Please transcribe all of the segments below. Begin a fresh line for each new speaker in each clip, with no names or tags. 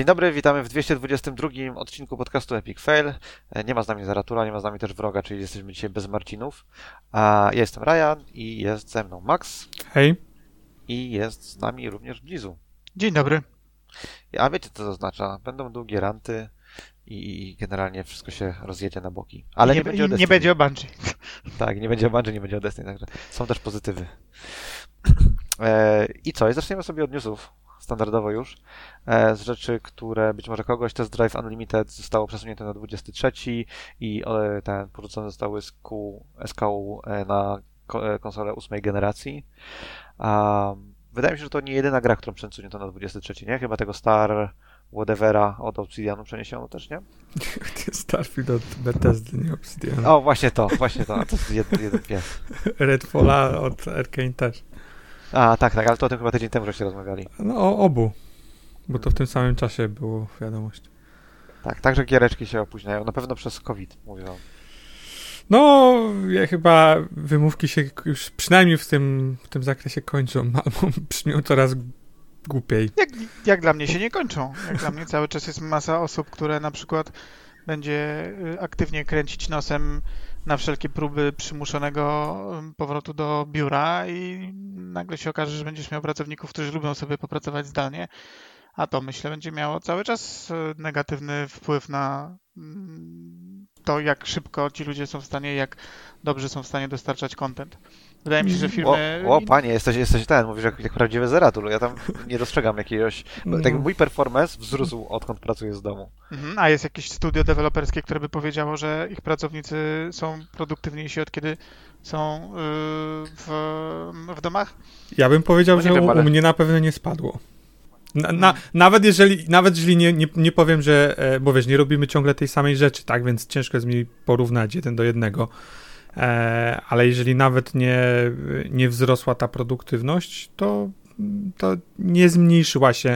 Dzień dobry, witamy w 222 odcinku podcastu Epic Fail. Nie ma z nami Zaratula, nie ma z nami też Wroga, czyli jesteśmy dzisiaj bez Marcinów. Ja jestem Ryan i jest ze mną Max.
Hej.
I jest z nami również Blizu.
Dzień dobry.
A wiecie, co to oznacza? Będą długie ranty i generalnie wszystko się rozjedzie na boki. Ale nie będzie o Destiny.
Nie będzie o Bungie.
Tak, nie będzie o Bungie, nie będzie o Destiny, także są też pozytywy. I co? I zaczniemy sobie od newsów. Standardowo już, z rzeczy, które być może kogoś, Test Drive Unlimited zostało przesunięte na 23 i ten porzucony zostały SKU na konsolę 8 generacji. Wydaje mi się, że to nie jedyna gra, którą przesunięto na 23, nie? Chyba tego Star Whatevera od Obsidianu przeniesiono też, nie?
Starfield od Bethesdy, nie Obsidianu.
O, właśnie to, a to jest jeden pies.
Redfalla od Arkane też.
Tak, ale to o tym chyba tydzień temu żeście rozmawiali.
No o obu, bo to w tym samym czasie było wiadomość.
Tak, także giereczki się opóźniają, na pewno przez COVID, mówię wam.
No, chyba wymówki się już przynajmniej w tym zakresie kończą, albo brzmią coraz głupiej.
Jak dla mnie się nie kończą. Jak dla mnie cały czas jest masa osób, które na przykład będzie aktywnie kręcić nosem na wszelkie próby przymuszonego powrotu do biura i nagle się okaże, że będziesz miał pracowników, którzy lubią sobie popracować zdalnie, a to myślę będzie miało cały czas negatywny wpływ na to, jak szybko ci ludzie są w stanie, jak dobrze są w stanie dostarczać content. Wydaje mi się, że firmy...
Panie, jesteś mówisz jak prawdziwy Zeratul. Ja tam nie dostrzegam jakiegoś... Tak, mój performance wzrósł, odkąd pracuję z domu.
A jest jakieś studio deweloperskie, które by powiedziało, że ich pracownicy są produktywniejsi od kiedy są w domach?
Ja bym powiedział, że u mnie na pewno nie spadło. Nawet jeżeli nie powiem, że... Bo wiesz, nie robimy ciągle tej samej rzeczy, tak? Więc ciężko jest mi porównać 1 do 1. Ale jeżeli nawet nie wzrosła ta produktywność, to nie zmniejszyła się,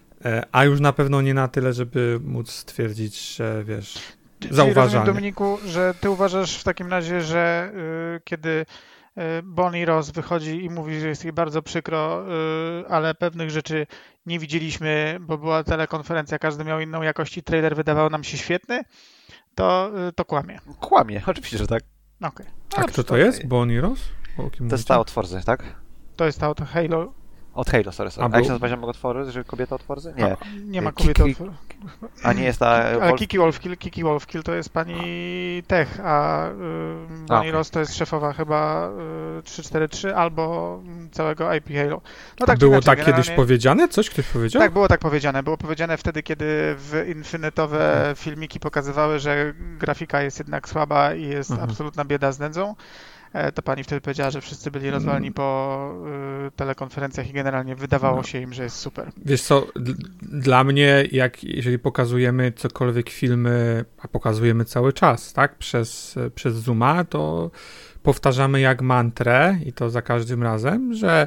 a już na pewno nie na tyle, żeby móc stwierdzić, że wiesz, zauważalnie. Czyli rozumiem,
Dominiku, że ty uważasz w takim razie, że kiedy Bonnie Ross wychodzi i mówi, że jest jej bardzo przykro, ale pewnych rzeczy nie widzieliśmy, bo była telekonferencja, każdy miał inną jakość i trailer wydawał nam się świetny, to kłamie.
Kłamie, oczywiście, że tak.
Okay.
A kto to jest? Bonnie Ross?
To jest ta od Forzy, tak?
To jest ta od Halo.
Od Halo, sorry. A jak się nazywa ziomek od Forzy, że kobieta od Forzy? Nie.
Nie ma kobiety od Forzy.
A nie jest ta...
Ale Kiki Wolfkill to jest pani Tech, a Bonnie Ross to jest szefowa chyba 343 albo całego IP Halo. No tak,
było tak kiedyś powiedziane? Coś ktoś powiedział?
Tak, było tak powiedziane. Było powiedziane wtedy, kiedy w infinitowe filmiki pokazywały, że grafika jest jednak słaba i jest absolutna bieda z nędzą. To pani wtedy powiedziała, że wszyscy byli rozwalni po telekonferencjach i generalnie wydawało się im, że jest super.
Wiesz co, dla mnie, jeżeli pokazujemy cokolwiek filmy, a pokazujemy cały czas, tak, przez Zooma, to powtarzamy jak mantrę i to za każdym razem, że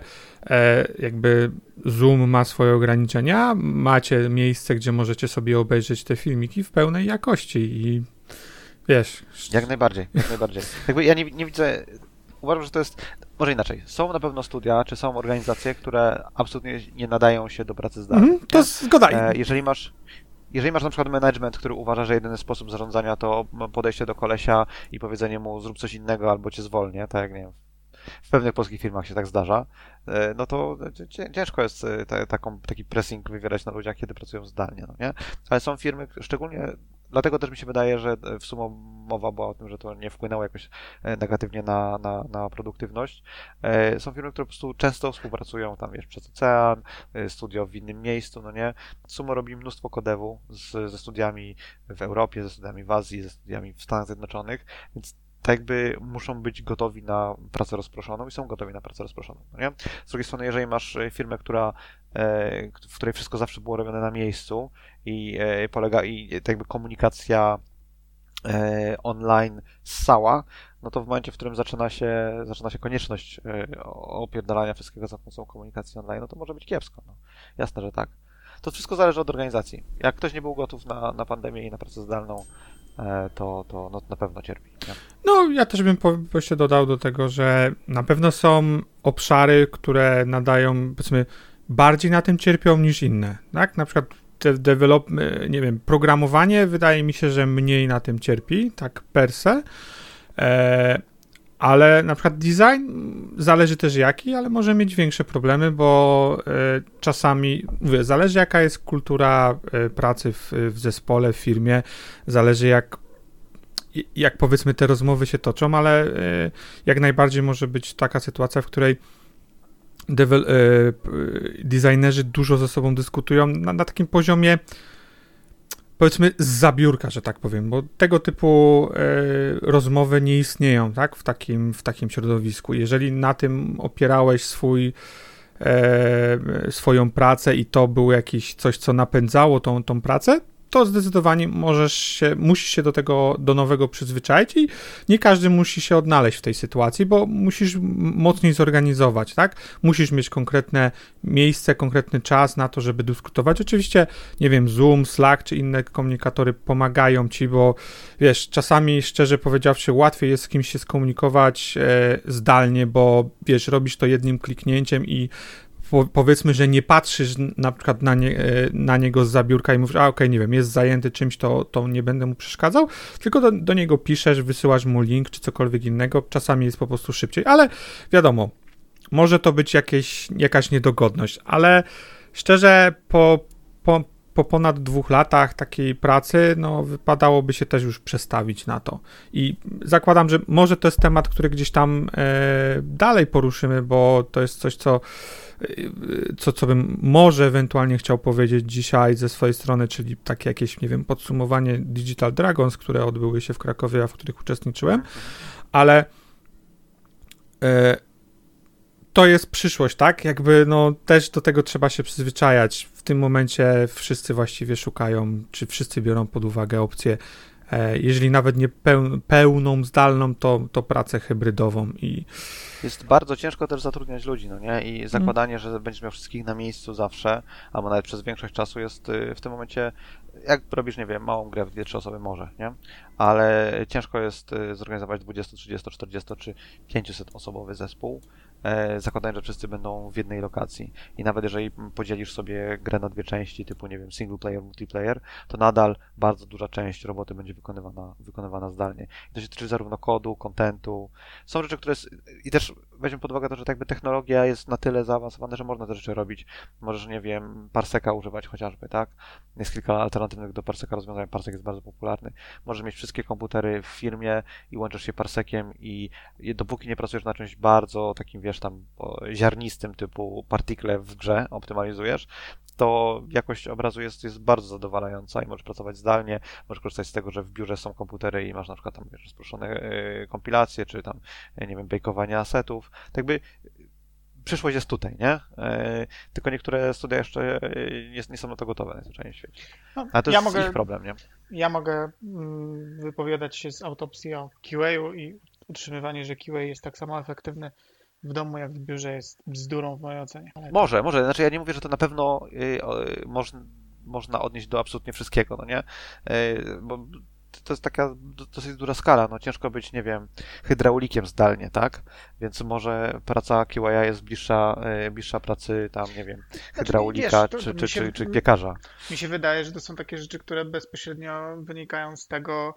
jakby Zoom ma swoje ograniczenia, macie miejsce, gdzie możecie sobie obejrzeć te filmiki w pełnej jakości i wiesz...
Jak najbardziej. Jakby ja nie widzę... Uważam, że to jest... Może inaczej. Są na pewno studia, czy są organizacje, które absolutnie nie nadają się do pracy zdalnej.
To zgoda.
Jeżeli masz na przykład management, który uważa, że jedyny sposób zarządzania to podejście do kolesia i powiedzenie mu zrób coś innego albo cię zwolnię, tak jak nie wiem, w pewnych polskich firmach się tak zdarza, no to ciężko jest taki pressing wywierać na ludziach, kiedy pracują zdalnie, no nie? Ale są firmy, szczególnie dlatego też mi się wydaje, że w sumie mowa była o tym, że to nie wpłynęło jakoś negatywnie na produktywność. Są firmy, które po prostu często współpracują tam, wiesz, przez ocean, studio w innym miejscu, no nie? Sumo robi mnóstwo kodewu ze studiami w Europie, ze studiami w Azji, ze studiami w Stanach Zjednoczonych, więc tak jakby muszą być gotowi na pracę rozproszoną i są gotowi na pracę rozproszoną, no nie? Z drugiej strony, jeżeli masz firmę, w której wszystko zawsze było robione na miejscu i tak jakby komunikacja online ssała, no to w momencie, w którym zaczyna się konieczność opierdalania wszystkiego za pomocą komunikacji online, no to może być kiepsko. No. Jasne, że tak. To wszystko zależy od organizacji. Jak ktoś nie był gotów na pandemię i na pracę zdalną, to no, na pewno cierpi. Nie?
No, ja też bym jeszcze dodał do tego, że na pewno są obszary, które nadają, powiedzmy, bardziej na tym cierpią niż inne. Tak? Na przykład nie wiem, programowanie wydaje mi się, że mniej na tym cierpi, tak per se, ale na przykład design zależy też jaki, ale może mieć większe problemy, bo czasami, zależy jaka jest kultura pracy w zespole, w firmie, zależy jak powiedzmy te rozmowy się toczą, ale jak najbardziej może być taka sytuacja, w której designerzy dużo ze sobą dyskutują na takim poziomie, powiedzmy za biurka, że tak powiem, bo tego typu rozmowy nie istnieją, tak, w takim środowisku. Jeżeli na tym opierałeś swoją pracę i to było jakieś coś, co napędzało tą pracę, to zdecydowanie musisz się do nowego przyzwyczaić i nie każdy musi się odnaleźć w tej sytuacji, bo musisz mocniej zorganizować, tak? Musisz mieć konkretne miejsce, konkretny czas na to, żeby dyskutować. Oczywiście, nie wiem, Zoom, Slack czy inne komunikatory pomagają ci, bo wiesz, czasami, szczerze powiedziawszy, łatwiej jest z kimś się skomunikować zdalnie, bo wiesz, robisz to jednym kliknięciem i powiedzmy, że nie patrzysz na przykład na niego zza biurka i mówisz, okej, nie wiem, jest zajęty czymś, to nie będę mu przeszkadzał, tylko do niego piszesz, wysyłasz mu link czy cokolwiek innego, czasami jest po prostu szybciej, ale wiadomo, może to być jakaś niedogodność, ale szczerze po ponad 2 latach takiej pracy, no wypadałoby się też już przestawić na to. I zakładam, że może to jest temat, który gdzieś tam dalej poruszymy, bo to jest coś, co bym może ewentualnie chciał powiedzieć dzisiaj ze swojej strony, czyli takie jakieś, nie wiem, podsumowanie Digital Dragons, które odbyły się w Krakowie, a w których uczestniczyłem, ale to jest przyszłość, tak? Jakby no też do tego trzeba się przyzwyczajać. W tym momencie wszyscy właściwie szukają, czy wszyscy biorą pod uwagę opcję, jeżeli nawet nie pełną, zdalną, to pracę hybrydową i
jest bardzo ciężko też zatrudniać ludzi, no nie? I zakładanie, że będziesz miał wszystkich na miejscu zawsze, albo nawet przez większość czasu jest w tym momencie, jak robisz, nie wiem, małą grę w 2-3 osoby może, nie? Ale ciężko jest zorganizować 20, 30, 40 czy 500 osobowy zespół, zakładając, że wszyscy będą w jednej lokacji. I nawet jeżeli podzielisz sobie grę na 2 części, typu, nie wiem, single player, multiplayer, to nadal bardzo duża część roboty będzie wykonywana zdalnie. I to się tyczy zarówno kodu, kontentu. Są rzeczy, które... I też weźmy pod uwagę to, że tak jakby technologia jest na tyle zaawansowana, że można te rzeczy robić. Możesz, nie wiem, parseka używać chociażby, tak? Jest kilka alternatywnych do parseka rozwiązań. Parsek jest bardzo popularny. Możesz mieć wszystkie komputery w firmie i łączysz się parsekiem i dopóki nie pracujesz na czymś bardzo takim, wiesz, tam ziarnistym typu partikle w grze optymalizujesz, to jakość obrazu jest bardzo zadowalająca i możesz pracować zdalnie, możesz korzystać z tego, że w biurze są komputery i masz na przykład tam, wiesz, rozproszone kompilacje, czy tam, nie wiem, bejkowanie asetów. Tak jakby przyszłość jest tutaj, nie? Tylko niektóre studia jeszcze nie są na to gotowe najzwyczajniej w świecie. No, a to jest ich problem, nie?
Ja mogę wypowiadać się z autopsji o QA i utrzymywanie, że QA jest tak samo efektywny w domu jak w biurze jest bzdurą w mojej ocenie. Ale
może. Znaczy ja nie mówię, że to na pewno można odnieść do absolutnie wszystkiego, no nie? Bo to jest taka dosyć duża skala, no ciężko być, nie wiem, hydraulikiem zdalnie, tak? Więc może praca QA jest bliższa pracy tam, nie wiem, hydraulika czy piekarza.
Mi się wydaje, że to są takie rzeczy, które bezpośrednio wynikają z tego,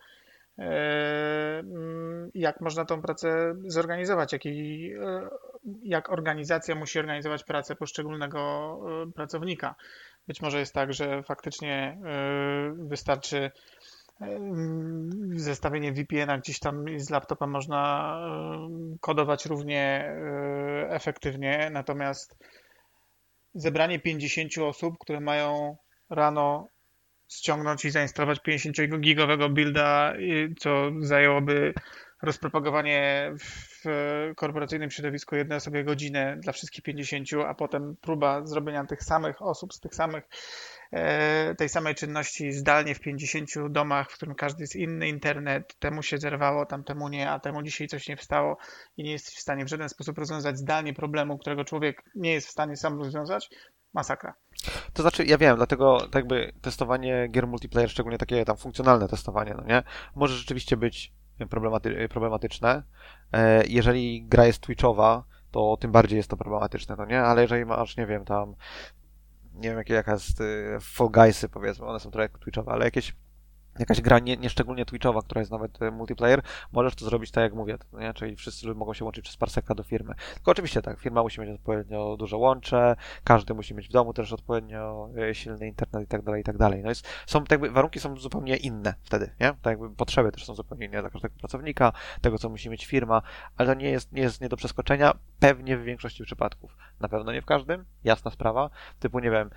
jak można tą pracę zorganizować, jak organizacja musi organizować pracę poszczególnego pracownika. Być może jest tak, że faktycznie wystarczy zestawienie VPN-a gdzieś tam z laptopa można kodować równie efektywnie, natomiast zebranie 50 osób, które mają rano ściągnąć i zainstalować 50-gigowego builda, co zajęłoby rozpropagowanie w korporacyjnym środowisku jednej osobie godzinę dla wszystkich 50, a potem próba zrobienia tych samych osób z tej samej czynności zdalnie w 50 domach, w którym każdy jest inny internet, temu się zerwało, tamtemu nie, a temu dzisiaj coś nie wstało i nie jesteś w stanie w żaden sposób rozwiązać zdalnie problemu, którego człowiek nie jest w stanie sam rozwiązać, masakra.
To znaczy, ja wiem, dlatego tak jakby testowanie gier multiplayer, szczególnie takie tam funkcjonalne testowanie, no nie, może rzeczywiście być problematyczne. Jeżeli gra jest twitchowa, to tym bardziej jest to problematyczne, no nie, ale jeżeli masz, nie wiem, tam nie wiem jaka jest Fall Guysy, powiedzmy, one są trochę twitchowe, ale jakaś gra nieszczególnie twitchowa, która jest nawet multiplayer, możesz to zrobić tak jak mówię, nie? Czyli wszyscy mogą się łączyć przez parseka do firmy. Tylko oczywiście tak, firma musi mieć odpowiednio duże łącze, każdy musi mieć w domu też odpowiednio silny internet i tak dalej. No warunki są zupełnie inne wtedy, nie? Tak jakby potrzeby też są zupełnie inne dla każdego pracownika, tego co musi mieć firma, ale to nie jest nie do przeskoczenia, pewnie w większości przypadków. Na pewno nie w każdym, jasna sprawa, typu nie wiem,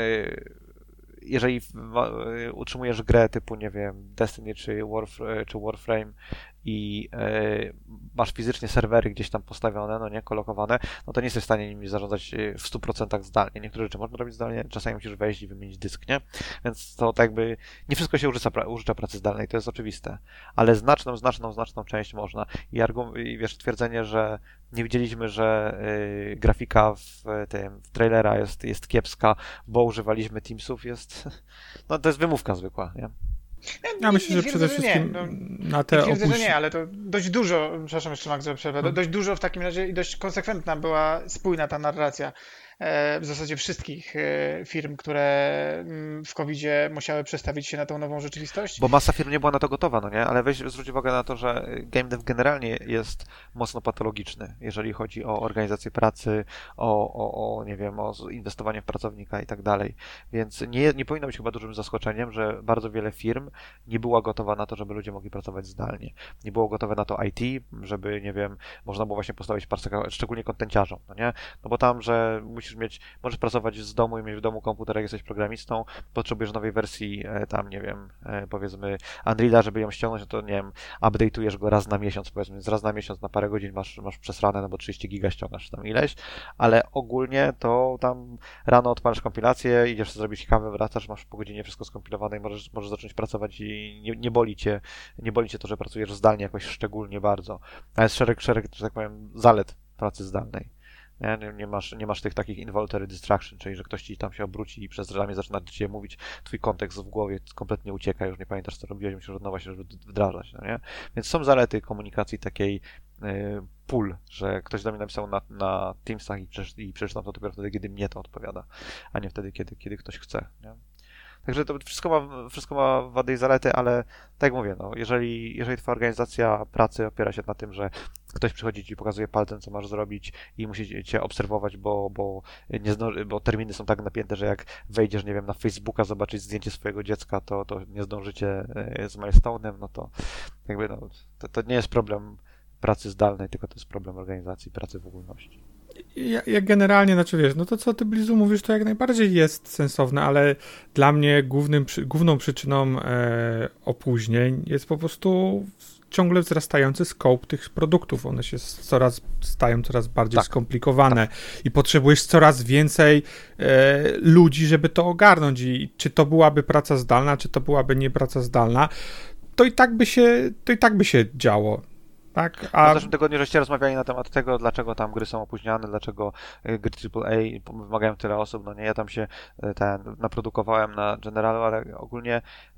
jeżeli utrzymujesz grę typu, nie wiem, Destiny czy Warframe i masz fizycznie serwery gdzieś tam postawione, no nie, kolokowane, no to nie jesteś w stanie nimi zarządzać w 100% zdalnie. Niektóre rzeczy można robić zdalnie, czasami musisz wejść i wymienić dysk, nie? Więc to tak jakby nie wszystko się użycza pracy zdalnej, to jest oczywiste. Ale znaczną część można. I wiesz, twierdzenie, że nie widzieliśmy, że grafika w trailera jest kiepska, bo używaliśmy Teamsów, no to jest wymówka zwykła, nie?
Ja myślę, że przede wszystkim na te
twierdzę, że nie, ale to dość dużo, przepraszam jeszcze Max, że przerwę, dość dużo w takim razie i dość konsekwentna była, spójna ta narracja w zasadzie wszystkich firm, które w COVID-zie musiały przestawić się na tą nową rzeczywistość.
Bo masa firm nie była na to gotowa, no nie? Ale zwróć uwagę na to, że game dev generalnie jest mocno patologiczny, jeżeli chodzi o organizację pracy, nie wiem, o inwestowanie w pracownika i tak dalej. Więc nie powinno być chyba dużym zaskoczeniem, że bardzo wiele firm nie była gotowa na to, żeby ludzie mogli pracować zdalnie. Nie było gotowe na to IT, żeby, nie wiem, można było właśnie postawić parseka, szczególnie kontenciarzom, no nie? No bo tam, że możesz pracować z domu i mieć w domu komputer, jak jesteś programistą, potrzebujesz nowej wersji tam, nie wiem, powiedzmy Unreala, żeby ją ściągnąć, no to nie wiem, update'ujesz go raz na miesiąc, powiedzmy, więc raz na miesiąc na parę godzin masz przesrane, no bo 30 giga ściągasz tam ileś, ale ogólnie to tam rano odpalasz kompilację, idziesz sobie zrobić kawę, wracasz, masz po godzinie wszystko skompilowane i możesz zacząć pracować i nie boli cię to, że pracujesz zdalnie jakoś szczególnie bardzo. A jest szereg, że tak powiem, zalet pracy zdalnej. Nie masz tych takich involuntary distraction, czyli że ktoś ci tam się obróci i przez ramię zaczyna do ciebie mówić, twój kontekst w głowie kompletnie ucieka, już nie pamiętasz co robiłeś, musisz od nowa się wdrażać, no nie? Więc są zalety komunikacji takiej pull, że ktoś do mnie napisał na Teamsach i przeczytam to dopiero wtedy, kiedy mnie to odpowiada, a nie wtedy, kiedy ktoś chce, nie? Także to wszystko ma wady i zalety, ale tak jak mówię, no, jeżeli twoja organizacja pracy opiera się na tym, że ktoś przychodzi ci i pokazuje palcem, co masz zrobić i musi cię obserwować, bo terminy są tak napięte, że jak wejdziesz, nie wiem, na Facebooka zobaczyć zdjęcie swojego dziecka, to nie zdążycie z milestone'em, no to jakby to nie jest problem pracy zdalnej, tylko to jest problem organizacji pracy w ogólności.
Ja generalnie, znaczy wiesz, no to co ty, Blizu, mówisz, to jak najbardziej jest sensowne, ale dla mnie główną przyczyną opóźnień jest po prostu ciągle wzrastający scope tych produktów. One się stają coraz bardziej skomplikowane i potrzebujesz coraz więcej ludzi, żeby to ogarnąć. I czy to byłaby praca zdalna, czy to byłaby nie praca zdalna, to i tak by się działo. Tak,
w zeszłym tygodniu żeście rozmawiali na temat tego, dlaczego tam gry są opóźniane, dlaczego gry AAA wymagają tyle osób, no nie, ja tam się naprodukowałem na Generalu, ale ogólnie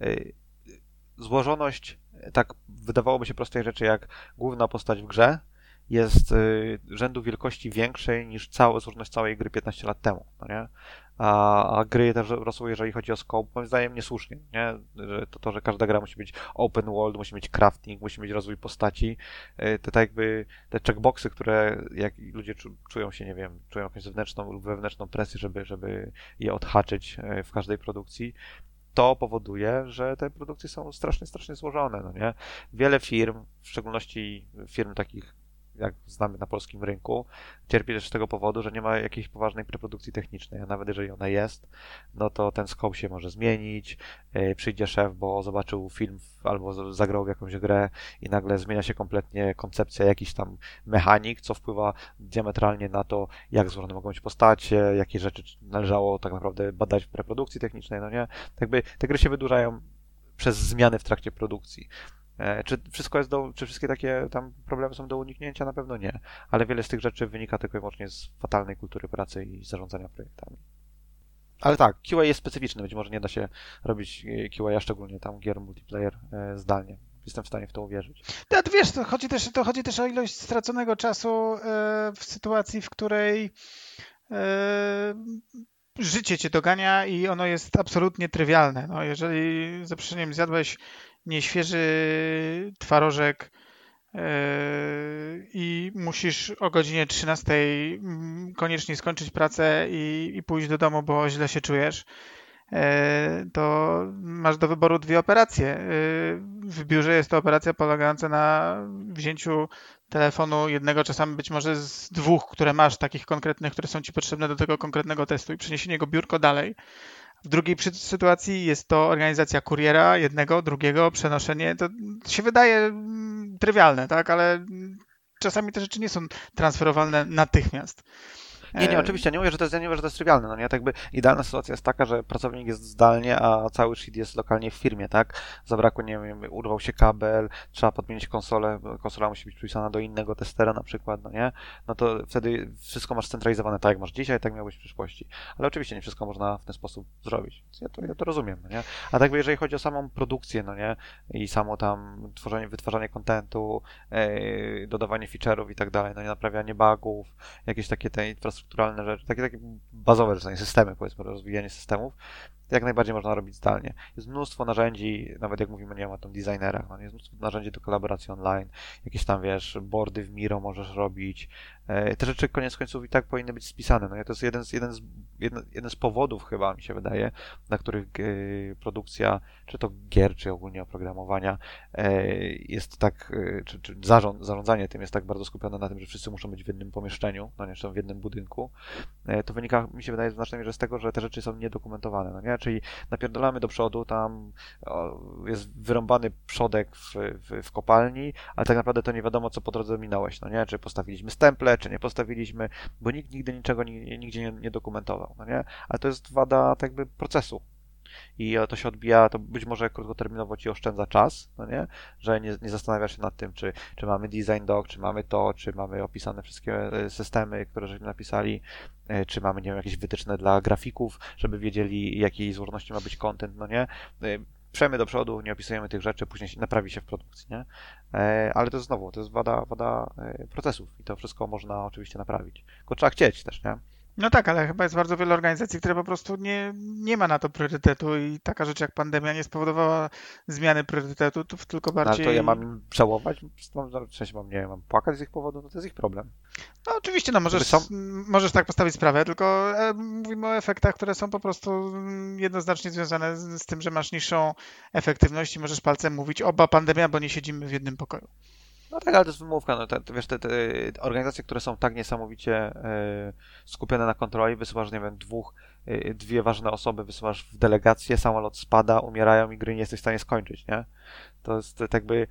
złożoność tak wydawałoby się prostej rzeczy jak główna postać w grze jest rzędu wielkości większej niż złożoność całej gry 15 lat temu, no nie? A gry też rosły, jeżeli chodzi o scope, moim zdaniem niesłusznie, nie? Że że każda gra musi być open world, musi mieć crafting, musi mieć rozwój postaci, tak jakby te checkboxy, które jak ludzie czują się, nie wiem, czują jakąś zewnętrzną lub wewnętrzną presję, żeby je odhaczyć w każdej produkcji, to powoduje, że te produkcje są strasznie złożone, no nie? Wiele firm, w szczególności firm takich jak znamy na polskim rynku, cierpi też z tego powodu, że nie ma jakiejś poważnej preprodukcji technicznej, a nawet jeżeli ona jest, no to ten scope się może zmienić, przyjdzie szef, bo zobaczył film albo zagrał w jakąś grę i nagle zmienia się kompletnie koncepcja, jakiś tam mechanik, co wpływa diametralnie na to, jak złożone mogą być postacie, jakie rzeczy należało tak naprawdę badać w preprodukcji technicznej, no nie? Jakby te gry się wydłużają przez zmiany w trakcie produkcji. Czy wszystkie takie tam problemy są do uniknięcia? Na pewno nie, ale wiele z tych rzeczy wynika tylko i wyłącznie z fatalnej kultury pracy i zarządzania projektami. Ale tak, QA jest specyficzny, być może nie da się robić QA, szczególnie tam gier multiplayer zdalnie. Jestem w stanie w to uwierzyć.
Wiesz, to chodzi też o ilość straconego czasu w sytuacji, w której życie cię dogania i ono jest absolutnie trywialne. No, jeżeli za przeproszeniem zjadłeś nieświeży twarożek i musisz o godzinie 13 koniecznie skończyć pracę i pójść do domu, bo źle się czujesz, to masz do wyboru 2 operacje. W biurze jest to operacja polegająca na wzięciu telefonu jednego, czasami być może z 2, które masz, takich konkretnych, które są ci potrzebne do tego konkretnego testu i przeniesienie go biurko dalej. W drugiej sytuacji jest to organizacja kuriera, jednego, drugiego, przenoszenie. To się wydaje trywialne, tak? Ale czasami te rzeczy nie są transferowalne natychmiast.
Nie, oczywiście, nie mówię, że to jest trywialne, no nie, tak jakby idealna sytuacja jest taka, że pracownik jest zdalnie, a cały shit jest lokalnie w firmie, tak? Zabrakło, nie wiem, urwał się kabel, trzeba podmienić konsolę, konsola musi być przypisana do innego testera na przykład, no nie? No to wtedy wszystko masz scentralizowane tak, jak masz dzisiaj, tak miałbyś w przyszłości. Ale oczywiście nie wszystko można w ten sposób zrobić. Ja to rozumiem, no nie? A tak jeżeli chodzi o samą produkcję, no nie? I samo tam wytwarzanie kontentu, dodawanie feature'ów i tak dalej, no nie, naprawianie bugów, jakieś takie te infrastrukturalne rzeczy, takie bazowe rzeczy, systemy, powiedzmy, rozwijanie systemów, jak najbardziej można robić zdalnie. Jest mnóstwo narzędzi, nawet jak mówimy, nie wiem, o tym designerach, no, jest mnóstwo narzędzi do kolaboracji online, jakieś tam, wiesz, boardy w Miro możesz robić. Te rzeczy koniec końców i tak powinny być spisane. No, to jest jeden z powodów chyba, mi się wydaje, na których produkcja, czy to gier, czy ogólnie oprogramowania jest tak, czy zarządzanie tym jest tak bardzo skupione na tym, że wszyscy muszą być w jednym pomieszczeniu, no nie, czy w jednym budynku. To wynika, mi się wydaje, w znacznej mierze z tego, że te rzeczy są niedokumentowane, no nie? Czyli napierdolamy do przodu, tam jest wyrąbany przodek w kopalni, ale tak naprawdę to nie wiadomo, co po drodze minąłeś, no nie? Czy postawiliśmy stemple, czy nie postawiliśmy, bo nikt nigdy niczego nigdzie nie dokumentował, no nie? Ale to jest wada tak jakby procesu. I to się odbija, to być może krótkoterminowo ci oszczędza czas, no nie? Że nie zastanawiasz się nad tym, czy mamy design doc, czy mamy to, czy mamy opisane wszystkie systemy, które żeśmy napisali, czy mamy, nie wiem, jakieś wytyczne dla grafików, żeby wiedzieli, jakiej złożoności ma być content, no nie? Przejmy do przodu, nie opisujemy tych rzeczy, później naprawi się w produkcji, nie? Ale to jest znowu, to jest wada procesów i to wszystko można oczywiście naprawić. Tylko trzeba chcieć też, nie?
No tak, ale chyba jest bardzo wiele organizacji, które po prostu nie ma na to priorytetu i taka rzecz jak pandemia nie spowodowała zmiany priorytetu, to tylko bardziej...
No, ale to ja mam im żałować? W sensie mam płakać z ich powodu? No to jest ich problem.
No oczywiście, no możesz tak postawić sprawę, tylko mówimy o efektach, które są po prostu jednoznacznie związane z tym, że masz niższą efektywność i możesz palcem mówić oba pandemia, bo nie siedzimy w jednym pokoju.
No tak, ale to jest wymówka. No, wiesz, te organizacje, które są tak niesamowicie skupione na kontroli, wysyłasz, nie wiem, dwie ważne osoby, wysyłasz w delegację, samolot spada, umierają i gry nie jesteś w stanie skończyć, nie? To jest tak jakby...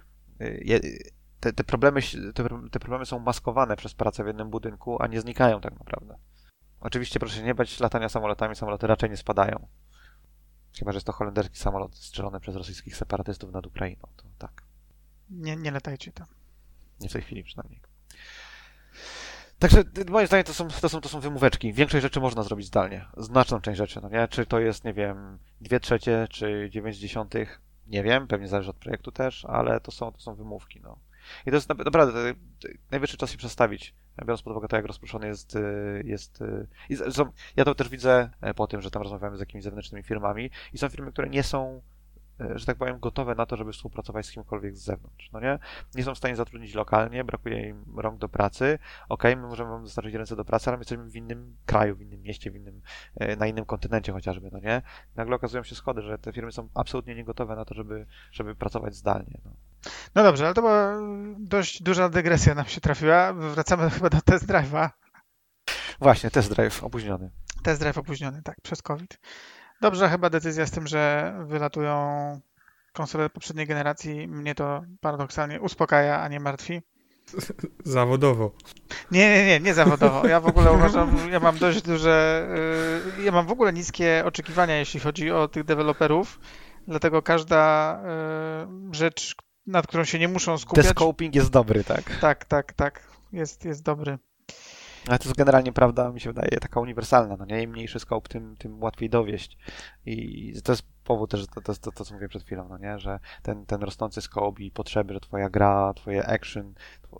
Te problemy są maskowane przez pracę w jednym budynku, a nie znikają tak naprawdę. Oczywiście proszę się nie bać latania samolotami, samoloty raczej nie spadają. Chyba że jest to holenderski samolot strzelony przez rosyjskich separatystów nad Ukrainą, to tak.
Nie latajcie tam.
Nie w tej chwili przynajmniej. Także moim zdaniem to są wymóweczki. Większość rzeczy można zrobić zdalnie. Znaczną część rzeczy, no nie? Czy to jest, nie wiem, 2/3 czy 9/10, nie wiem, pewnie zależy od projektu też, ale to są wymówki, no. I to jest naprawdę najwyższy czas się przestawić, biorąc pod uwagę to, jak rozproszony jest i zresztą ja to też widzę po tym, że tam rozmawiamy z jakimiś zewnętrznymi firmami i są firmy, które nie są, że tak powiem, gotowe na to, żeby współpracować z kimkolwiek z zewnątrz, no nie? Nie są w stanie zatrudnić lokalnie, brakuje im rąk do pracy. Okej, my możemy wam dostarczyć ręce do pracy, ale my jesteśmy w innym kraju, w innym mieście, na innym kontynencie chociażby, no nie? Nagle okazują się schody, że te firmy są absolutnie niegotowe na to, żeby pracować zdalnie, no.
No dobrze, ale to była dość duża dygresja nam się trafiła. Wracamy chyba do test drive'a.
Właśnie, test drive opóźniony.
Test drive opóźniony, tak, przez COVID. Dobrze, chyba decyzja z tym, że wylatują konsole poprzedniej generacji, mnie to paradoksalnie uspokaja, a nie martwi.
Zawodowo.
Nie zawodowo. Ja w ogóle uważam, ja mam dość duże, ja mam w ogóle niskie oczekiwania, jeśli chodzi o tych deweloperów, dlatego każda rzecz, nad którą się nie muszą skupiać...
The scoping jest dobry, tak?
Tak. Jest dobry.
Ale to jest generalnie prawda, mi się wydaje, taka uniwersalna. No nie? Im mniejszy scope, tym łatwiej dowieść. I to jest powód też, to co mówiłem przed chwilą, no nie? Że ten rosnący scope i potrzeby, że twoja gra, twoje action,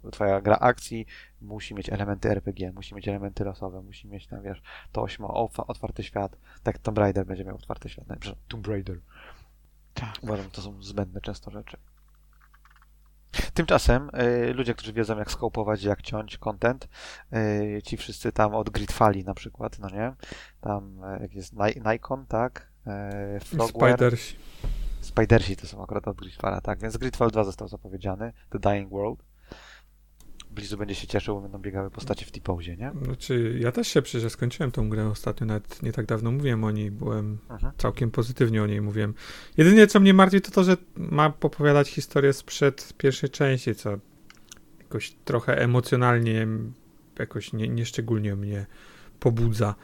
twoja gra akcji musi mieć elementy RPG, musi mieć elementy losowe, musi mieć tam, wiesz, to otwarty świat. Tak Tomb Raider będzie miał otwarty świat. Tomb Raider.
Tak.
Uważam, że to są zbędne często rzeczy. Tymczasem ludzie, którzy wiedzą, jak skopować, jak ciąć content, ci wszyscy tam od Gridfalli na przykład, no nie? Tam jak jest Nikon, tak? Frogware. Spidersi to są akurat od Gridfalla, tak? Więc Gridfall 2 został zapowiedziany, The Dying World. Blizu będzie się cieszył, bo będą biegały postacie w T-pozie, nie?
Znaczy, ja też się przecież skończyłem tą grę ostatnio, nawet nie tak dawno mówiłem o niej, byłem całkiem pozytywnie o niej mówiłem. Jedynie co mnie martwi to, że ma opowiadać historię sprzed pierwszej części, co jakoś trochę emocjonalnie, jakoś nieszczególnie mnie pobudza.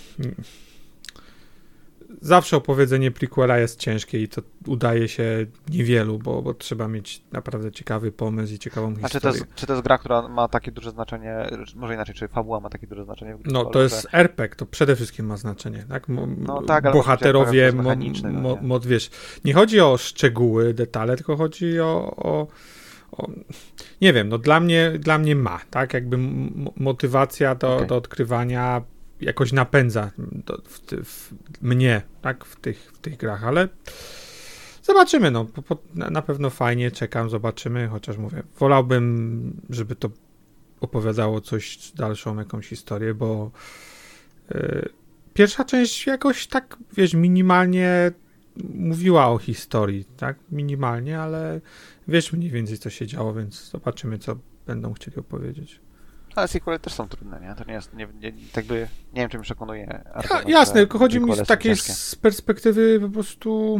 Zawsze opowiedzenie prequela jest ciężkie i to udaje się niewielu, bo trzeba mieć naprawdę ciekawy pomysł i ciekawą historię.
Czy to jest gra, która ma takie duże znaczenie, może inaczej, czy fabuła ma takie duże znaczenie?
No, to jest RPG, to przede wszystkim ma znaczenie, tak?
Ale
bohaterowie, wiesz, nie chodzi o szczegóły, detale, tylko chodzi o nie wiem, no dla mnie ma, tak? Jakby motywacja do odkrywania jakoś napędza mnie, tak, w tych grach, ale zobaczymy, no, na pewno fajnie, czekam, zobaczymy, chociaż mówię, wolałbym, żeby to opowiadało coś dalszą, jakąś historię, bo pierwsza część jakoś tak, wiesz, minimalnie mówiła o historii, tak, minimalnie, ale wiesz mniej więcej, co się działo, więc zobaczymy, co będą chcieli opowiedzieć.
Ale sequele też są trudne, nie? To nie jest, nie wiem, czy mi przekonuje.
Jasne, tylko chodzi mi z takiej perspektywy po prostu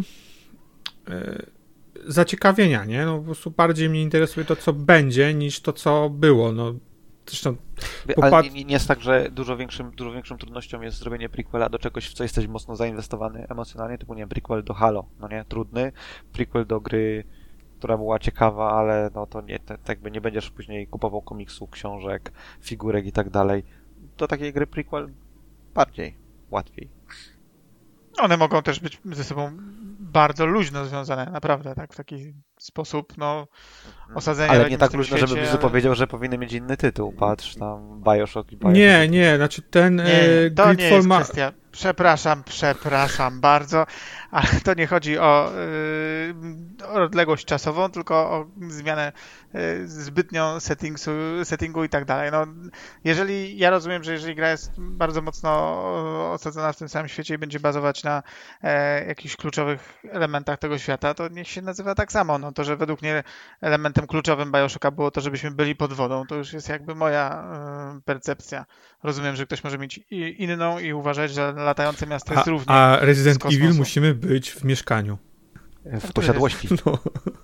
zaciekawienia, nie? No po prostu bardziej mnie interesuje to, co będzie, niż to, co było, no. Zresztą
ale nie jest tak, że dużo większą trudnością jest zrobienie prequela do czegoś, w co jesteś mocno zainwestowany emocjonalnie, typu, nie wiem, prequel do Halo, no nie? Trudny. Prequel do gry, która była ciekawa, ale no to nie, jakby nie będziesz później kupował komiksów, książek, figurek i tak dalej. Do takiej gry prequel bardziej, łatwiej.
One mogą też być ze sobą bardzo luźno związane, naprawdę, tak, w taki sposób, no, osadzenie.
Ale nie tak luźno, żeby Blizu powiedział, że powinny mieć inny tytuł. Patrz, tam Bioshock i Bioshock.
Nie, znaczy ten
to nie jest kwestia. Przepraszam bardzo, ale to nie chodzi o odległość czasową, tylko o zmianę zbytnią settingu i tak dalej. No, ja rozumiem, że jeżeli gra jest bardzo mocno osadzona w tym samym świecie i będzie bazować na jakichś kluczowych elementach tego świata, to niech się nazywa tak samo. No, to, że według mnie elementem kluczowym Bioshocka było to, żebyśmy byli pod wodą, to już jest jakby moja percepcja. Rozumiem, że ktoś może mieć inną i uważać, że latające miasto jest równie.
A Resident Evil musimy być w mieszkaniu.
W posiadłości.
No.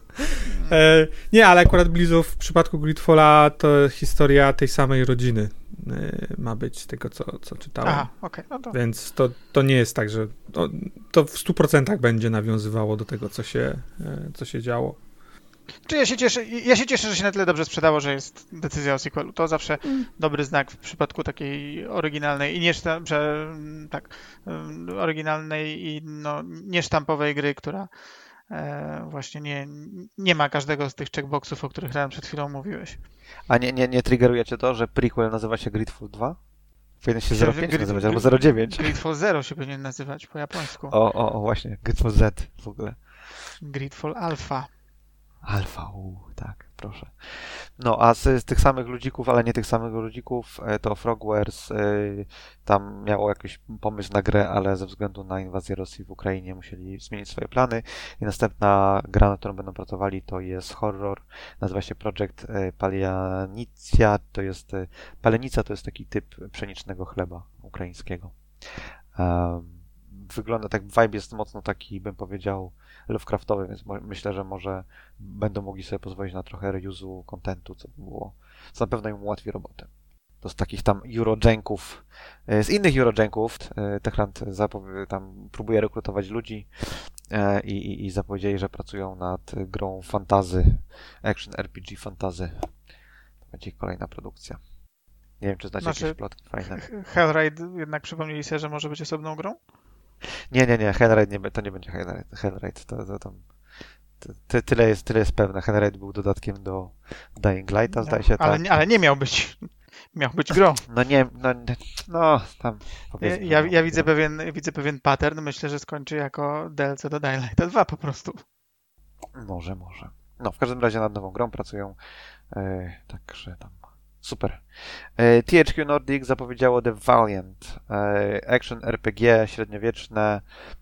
Nie, ale akurat Blizu w przypadku Gridfalla to historia tej samej rodziny ma być, z tego co czytałem.
Aha, okej. No to...
Więc to nie jest tak, że to w 100% będzie nawiązywało do tego, co się działo.
Czy ja się cieszę, że się na tyle dobrze sprzedało, że jest decyzja o sequelu. To zawsze dobry znak w przypadku takiej oryginalnej i oryginalnej i no, niesztampowej gry, która właśnie nie ma każdego z tych checkboxów, o których przed chwilą mówiłeś.
A nie triggerujecie to, że prequel nazywa się Gridfall 2? Powinien się 05 nazywać, albo 09.
Gridfall 0 się powinien nazywać po japońsku.
O, właśnie, Gridfall Z w ogóle.
Gridfall Alpha.
Alfa, tak, proszę. No, a z tych samych ludzików, ale nie tych samych ludzików, to Frogwares tam miało jakiś pomysł na grę, ale ze względu na inwazję Rosji w Ukrainie musieli zmienić swoje plany i następna gra, na którą będą pracowali, to jest horror, nazywa się Project Palenicja, Palenica to jest taki typ pszenicznego chleba ukraińskiego. Wygląda tak, vibe jest mocno taki, bym powiedział, Lovecraftowy, więc myślę, że może będą mogli sobie pozwolić na trochę reuse'u contentu, co na pewno im ułatwi robotę. To z takich tam Eurojanków, z innych Eurojanków Techland tam próbuje rekrutować ludzi i zapowiedzieli, że pracują nad grą fantasy, action RPG fantasy. To będzie kolejna produkcja. Nie wiem, czy znacie jakieś plotki fajne.
Hellraid jednak przypomnieli sobie, że może być osobną grą?
Nie, Hellraid to nie będzie Hellraid. To tam Tyle jest pewne. Henry był dodatkiem do Dying Lighta, zdaje się,
ale,
tak.
Ale nie miał być. Miał być grą.
No tam powiedzmy.
Ja widzę pewien pattern. Myślę, że skończy jako DLC do Dying Lighta 2 po prostu.
Może. No, w każdym razie nad nową grą pracują. Także tam. Super. THQ Nordic zapowiedziało The Valiant. Action RPG średniowieczne.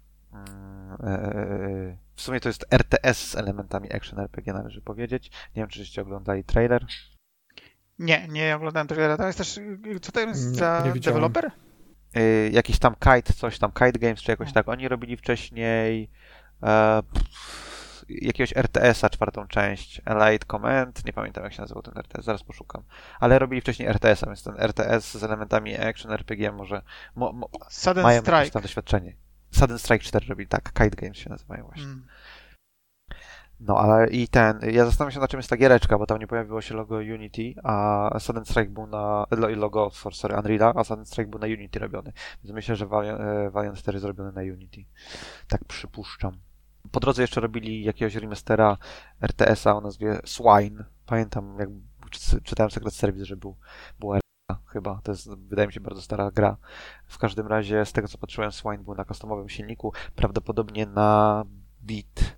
W sumie to jest RTS z elementami action RPG, należy powiedzieć. Nie wiem, czy żeście oglądali trailer.
Nie oglądałem trailera. Tam jest też, co to jest za deweloper?
Jakiś tam Kite Games, czy jakoś tak. Oni robili wcześniej jakiegoś RTS-a, 4. część, Elite Command, nie pamiętam jak się nazywał ten RTS, zaraz poszukam. Ale robili wcześniej RTS-a, więc ten RTS z elementami action RPG może mają jakieś tam doświadczenie. Sudden Strike 4 robili, tak, Kite Games się nazywają właśnie. No, ale ja zastanawiam się, na czym jest ta giereczka, bo tam nie pojawiło się logo Unity, a Sudden Strike był na logo, Unreal'a, a Sudden Strike był na Unity robiony. Więc myślę, że Valiant 4 zrobiony na Unity. Tak przypuszczam. Po drodze jeszcze robili jakiegoś remastera RTS-a o nazwie Swine. Pamiętam, jak czytałem Secret Service, że była chyba. To jest, wydaje mi się, bardzo stara gra. W każdym razie, z tego co patrzyłem, Swine był na customowym silniku, prawdopodobnie na Beat.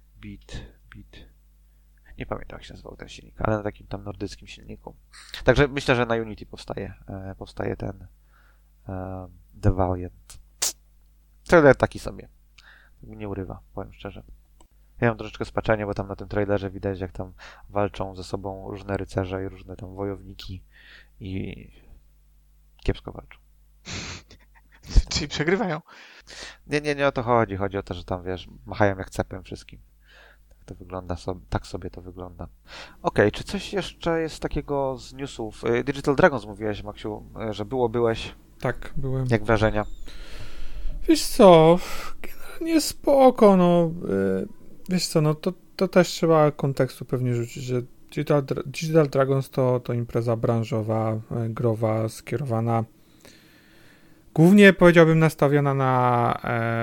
Nie pamiętam jak się nazywał ten silnik, ale na takim tam nordyckim silniku. Także myślę, że na Unity powstaje ten The Valiant. Trailer taki sobie. Nie urywa, powiem szczerze. Ja mam troszeczkę spaczenia, bo tam na tym trailerze widać, jak tam walczą ze sobą różne rycerze i różne tam wojowniki i kiepsko walczą.
Czyli przegrywają.
Nie o to chodzi. Chodzi o to, że tam, wiesz, machają jak cepem wszystkim. To wygląda tak sobie to wygląda. Okej, czy coś jeszcze jest takiego z newsów? Digital Dragons mówiłeś, Maksiu, że byłeś.
Tak, byłem.
Jak wrażenia?
Wiesz co, generalnie spoko, no. Wiesz co, no to też trzeba kontekstu pewnie rzucić, że Digital Dragons to impreza branżowa, growa, skierowana głównie, powiedziałbym, nastawiona na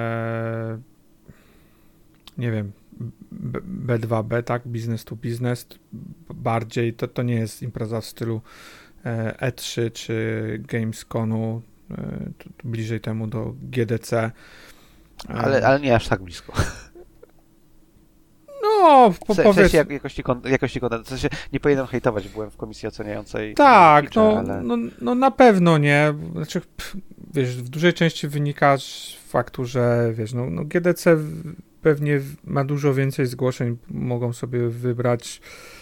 nie wiem, B2B, tak? Business to business. Bardziej to nie jest impreza w stylu E3 czy Gamesconu, bliżej temu do GDC.
Ale nie aż tak blisko.
No,
w sensie jakości kontentu. W sensie nie powinienem hejtować, byłem w komisji oceniającej.
Tak,
ale...
no na pewno nie. Znaczy, wiesz, w dużej części wynika z faktu, że wiesz, no GDC pewnie ma dużo więcej zgłoszeń, mogą sobie wybrać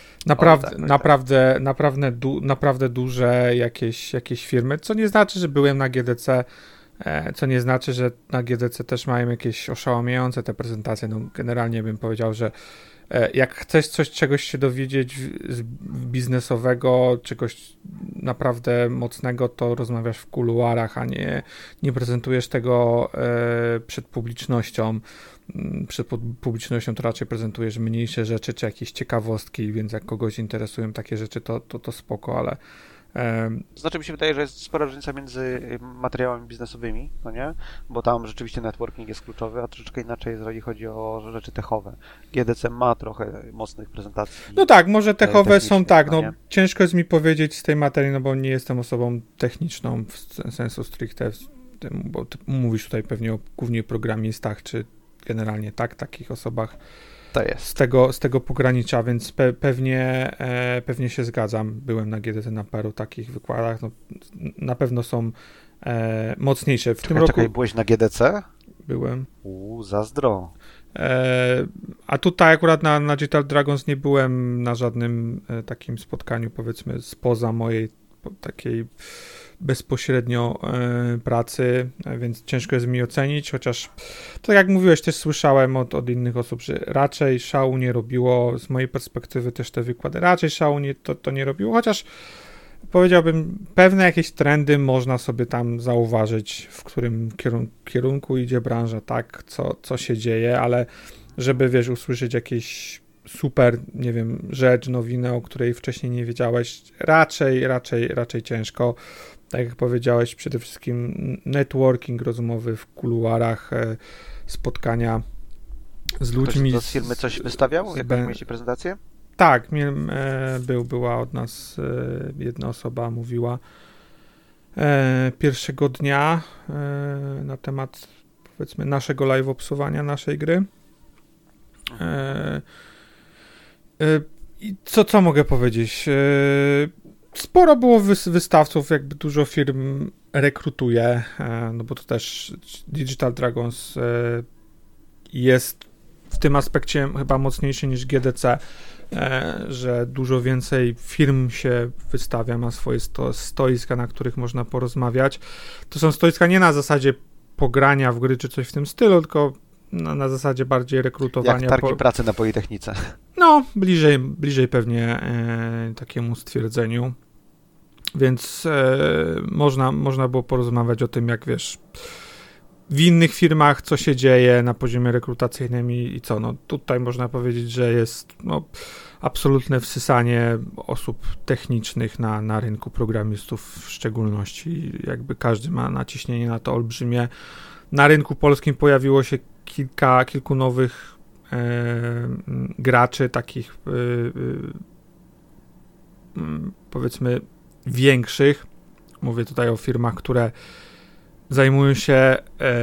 naprawdę duże jakieś firmy, co nie znaczy, że byłem na GDC, co nie znaczy, że na GDC też mają jakieś oszałamiające te prezentacje. No generalnie bym powiedział, że jak chcesz czegoś się dowiedzieć biznesowego, czegoś naprawdę mocnego, to rozmawiasz w kuluarach, a nie prezentujesz tego przed publicznością. Przed publicznością to raczej prezentujesz mniejsze rzeczy, czy jakieś ciekawostki, więc jak kogoś interesują takie rzeczy, to spoko, ale...
Znaczy mi się wydaje, że jest spora różnica między materiałami biznesowymi, no nie? Bo tam rzeczywiście networking jest kluczowy, a troszeczkę inaczej, jeżeli chodzi o rzeczy techowe. GDC ma trochę mocnych prezentacji.
No tak, może techowe są tak, no ciężko jest mi powiedzieć z tej materii, no bo nie jestem osobą techniczną w sensu stricte, bo mówisz tutaj pewnie o głównie programistach, czy generalnie takich osobach
to jest.
Z tego pogranicza, więc pewnie się zgadzam. Byłem na GDC na paru takich wykładach. No, na pewno są mocniejsze. W tym roku...
byłeś na GDC?
Byłem.
Zazdro.
A tutaj akurat na Digital Dragons nie byłem na żadnym takim spotkaniu, powiedzmy, spoza mojej takiej bezpośrednio pracy, więc ciężko jest mi ocenić, chociaż tak jak mówiłeś, też słyszałem od innych osób, że raczej szału nie robiło, z mojej perspektywy też te wykłady, raczej szału to nie robiło, chociaż powiedziałbym, pewne jakieś trendy można sobie tam zauważyć, w którym kierunku idzie branża, tak, co się dzieje, ale żeby, wiesz, usłyszeć jakieś super, nie wiem, rzecz, nowinę, o której wcześniej nie wiedziałeś, raczej ciężko. Tak jak powiedziałeś, przede wszystkim networking, rozmowy w kuluarach, spotkania z ludźmi...
Ktoś z firmy coś wystawiał? Jakąś mieliście prezentację?
Tak, była od nas jedna osoba, mówiła pierwszego dnia na temat, powiedzmy, naszego live obsuwania naszej gry. I co mogę powiedzieć? Sporo było wystawców, jakby dużo firm rekrutuje, no bo to też Digital Dragons jest w tym aspekcie chyba mocniejszy niż GDC, że dużo więcej firm się wystawia, ma swoje stoiska, na których można porozmawiać. To są stoiska nie na zasadzie pogrania w gry czy coś w tym stylu, tylko na zasadzie bardziej rekrutowania.
Jak targi pracy na Politechnice.
No, bliżej pewnie takiemu stwierdzeniu. Więc można było porozmawiać o tym, jak wiesz, w innych firmach, co się dzieje na poziomie rekrutacyjnym i co. No, tutaj można powiedzieć, że jest absolutne wsysanie osób technicznych na rynku, programistów w szczególności. Jakby każdy ma naciśnienie na to olbrzymie. Na rynku polskim pojawiło się kilku nowych graczy, takich powiedzmy większych. Mówię tutaj o firmach, które zajmują się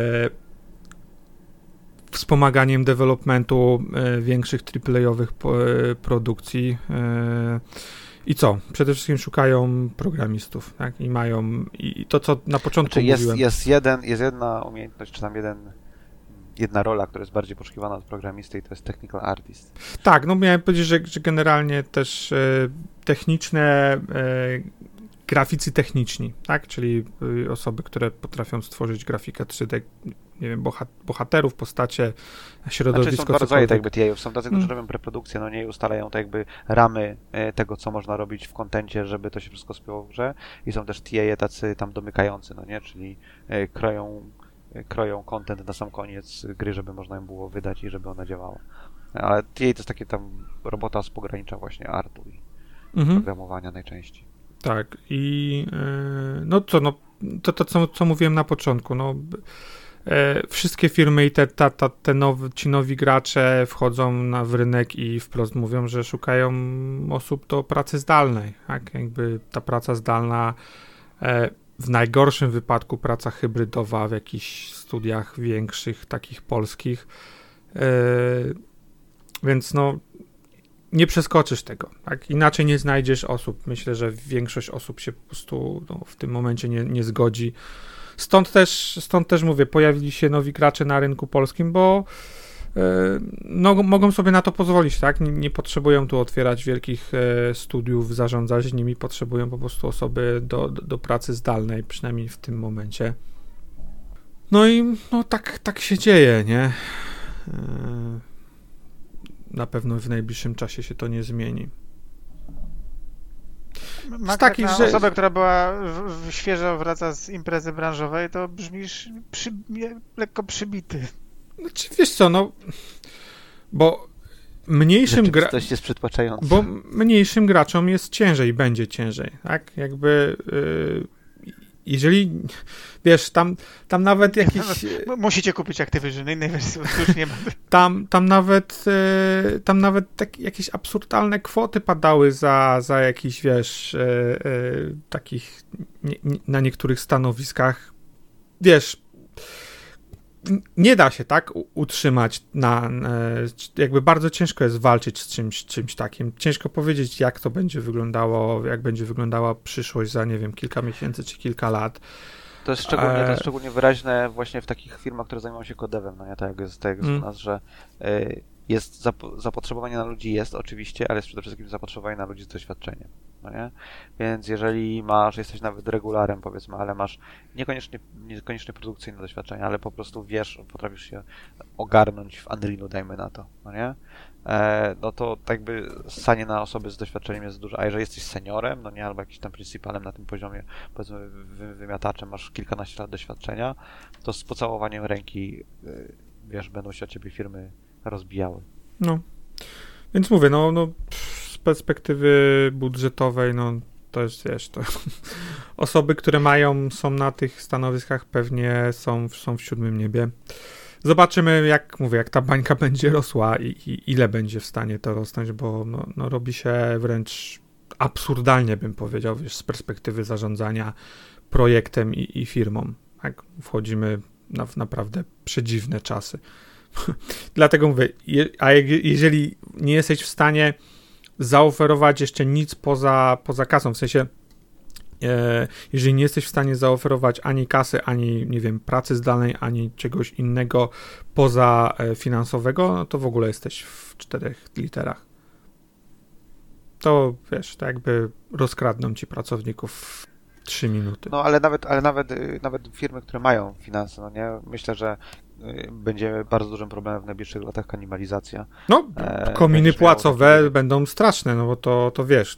wspomaganiem developmentu większych AAA-owych produkcji. I co? Przede wszystkim szukają programistów, tak? I to, co na początku mówiłem.
Jest jedna umiejętność, czy tam jedna rola, która jest bardziej poszukiwana od programisty i to jest technical artist.
Tak, no miałem powiedzieć, że generalnie też techniczne graficy techniczni, tak? Czyli osoby, które potrafią stworzyć grafikę 3D, nie wiem, bohaterów, postacie, środowisko.
Znaczy są dwa rodzaje tak jakby TI-ów. Są tacy, którzy robią preprodukcję, no nie, ustalają tak jakby ramy tego, co można robić w kontencie, żeby to się wszystko spięło w grze. I są też TI tacy tam domykający, no nie, czyli kroją content na sam koniec gry, żeby można ją było wydać i żeby ona działała. Ale TA to jest takie tam robota z pogranicza właśnie artu i programowania najczęściej.
Tak, i co mówiłem na początku, wszystkie firmy i ci nowi gracze wchodzą w rynek i wprost mówią, że szukają osób do pracy zdalnej, tak, jakby ta praca zdalna, w najgorszym wypadku praca hybrydowa w jakichś studiach większych, takich polskich, więc nie przeskoczysz tego, tak? Inaczej nie znajdziesz osób. Myślę, że większość osób się po prostu w tym momencie nie zgodzi. Stąd też mówię, pojawili się nowi gracze na rynku polskim, bo mogą sobie na to pozwolić, tak? Nie potrzebują tu otwierać wielkich studiów, zarządzać nimi, potrzebują po prostu osoby do pracy zdalnej, przynajmniej w tym momencie. No i tak się dzieje, nie? Na pewno w najbliższym czasie się to nie zmieni.
Osoba, która była świeżo wraca z imprezy branżowej, to brzmisz lekko przybity.
Znaczy, wiesz co, bo mniejszym
jest przytłaczająca.
Bo mniejszym graczom jest ciężej, będzie ciężej, tak? Jakby jeżeli, wiesz, tam nawet jakiś...
Musicie kupić Activision, innej wersji już nie ma.
Tam nawet jakieś absurdalne kwoty padały za jakiś, wiesz, takich na niektórych stanowiskach. Wiesz, nie da się tak utrzymać jakby bardzo ciężko jest walczyć z czymś takim. Ciężko powiedzieć, jak to będzie wyglądało, jak będzie wyglądała przyszłość za, nie wiem, kilka miesięcy czy kilka lat.
To jest szczególnie wyraźne właśnie w takich firmach, które zajmują się kodewem, no nie, tak jak jest u nas, że jest zapotrzebowanie na ludzi jest oczywiście, ale jest przede wszystkim zapotrzebowanie na ludzi z doświadczeniem, no nie? Więc jeżeli jesteś nawet regularem, powiedzmy, ale masz niekoniecznie produkcyjne doświadczenie, ale po prostu potrafisz się ogarnąć w Unrealu, dajmy na to, no nie? No to tak jakby ssanie na osoby z doświadczeniem jest duże, a jeżeli jesteś seniorem, no nie, albo jakimś tam principalem na tym poziomie, powiedzmy wymiataczem, masz kilkanaście lat doświadczenia, to z pocałowaniem ręki, będą się o ciebie firmy rozbijały.
No, więc mówię, z perspektywy budżetowej, to jest, wiesz, to osoby, które są na tych stanowiskach, pewnie są w 7. niebie. zobaczymy, jak mówię, jak ta bańka będzie rosła i ile będzie w stanie to rosnąć, bo no robi się wręcz absurdalnie, bym powiedział, wiesz, z perspektywy zarządzania projektem i firmą. Tak? Wchodzimy w naprawdę przedziwne czasy. Dlatego mówię, jeżeli nie jesteś w stanie zaoferować jeszcze nic poza kasą, w sensie jeżeli nie jesteś w stanie zaoferować ani kasy, ani, nie wiem, pracy zdalnej, ani czegoś innego poza finansowego, no to w ogóle jesteś w 4 literach. To, wiesz, to jakby rozkradną ci pracowników w 3 minuty.
No, ale nawet firmy, które mają finanse, no nie? Myślę, że będzie bardzo dużym problemem w najbliższych latach kanibalizacja.
No, kominy płacowe będą straszne, no bo to wiesz,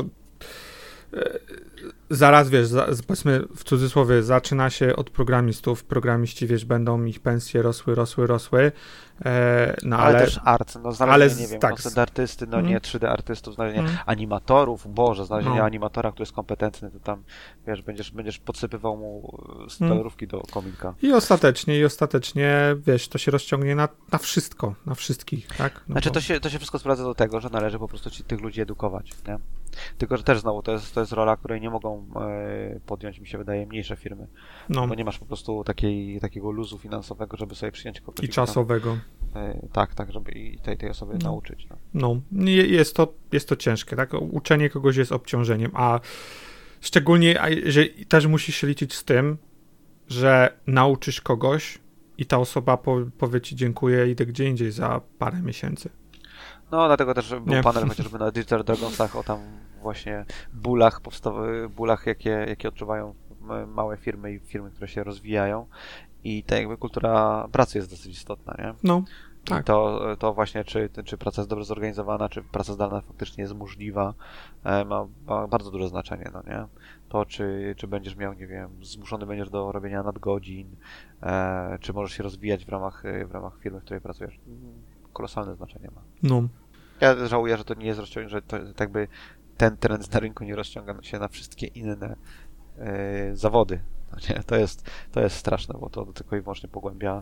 zaraz, wiesz, powiedzmy w cudzysłowie, zaczyna się od programistów, programiści, wiesz, będą ich pensje rosły, no ale
też art, no znalezienie, nie wiem, tak, 3D artysty, no nie 3D artystów, znalezienie animatorów, Boże, znalezienie animatora, który jest kompetentny, to tam, wiesz, będziesz podsypywał mu dolarówki do kominka.
I ostatecznie, wiesz, to się rozciągnie na wszystko, na wszystkich, tak? No
znaczy, to się wszystko sprowadza do tego, że należy po prostu tych ludzi edukować, nie? Tylko, że też znowu, to jest rola, której nie mogą podjąć, mi się wydaje, mniejsze firmy. No. Bo nie masz po prostu takiego luzu finansowego, żeby sobie przyjąć kogoś.
I czasowego.
Tak, żeby i tej osoby nauczyć.
No, jest to ciężkie, tak? Uczenie kogoś jest obciążeniem, a szczególnie, że też musisz się liczyć z tym, że nauczysz kogoś i ta osoba powie ci dziękuję, idę gdzie indziej za parę miesięcy.
No, dlatego też był panel chociażby na Digital Dragonsach o tam właśnie bólach, jakie odczuwają małe firmy i firmy, które się rozwijają. I ta jakby kultura pracy jest dosyć istotna, nie?
No, tak.
I to właśnie, czy praca jest dobrze zorganizowana, czy praca zdalna faktycznie jest możliwa, ma bardzo duże znaczenie, no nie? To, czy będziesz miał, nie wiem, zmuszony będziesz do robienia nadgodzin, czy możesz się rozwijać w ramach firmy, w której pracujesz, kolosalne znaczenie ma.
No.
Ja żałuję, że to nie jest rozciągnięte, że to jakby ten trend na rynku nie rozciąga się na wszystkie inne zawody. No nie, to jest straszne, bo to tylko i wyłącznie pogłębia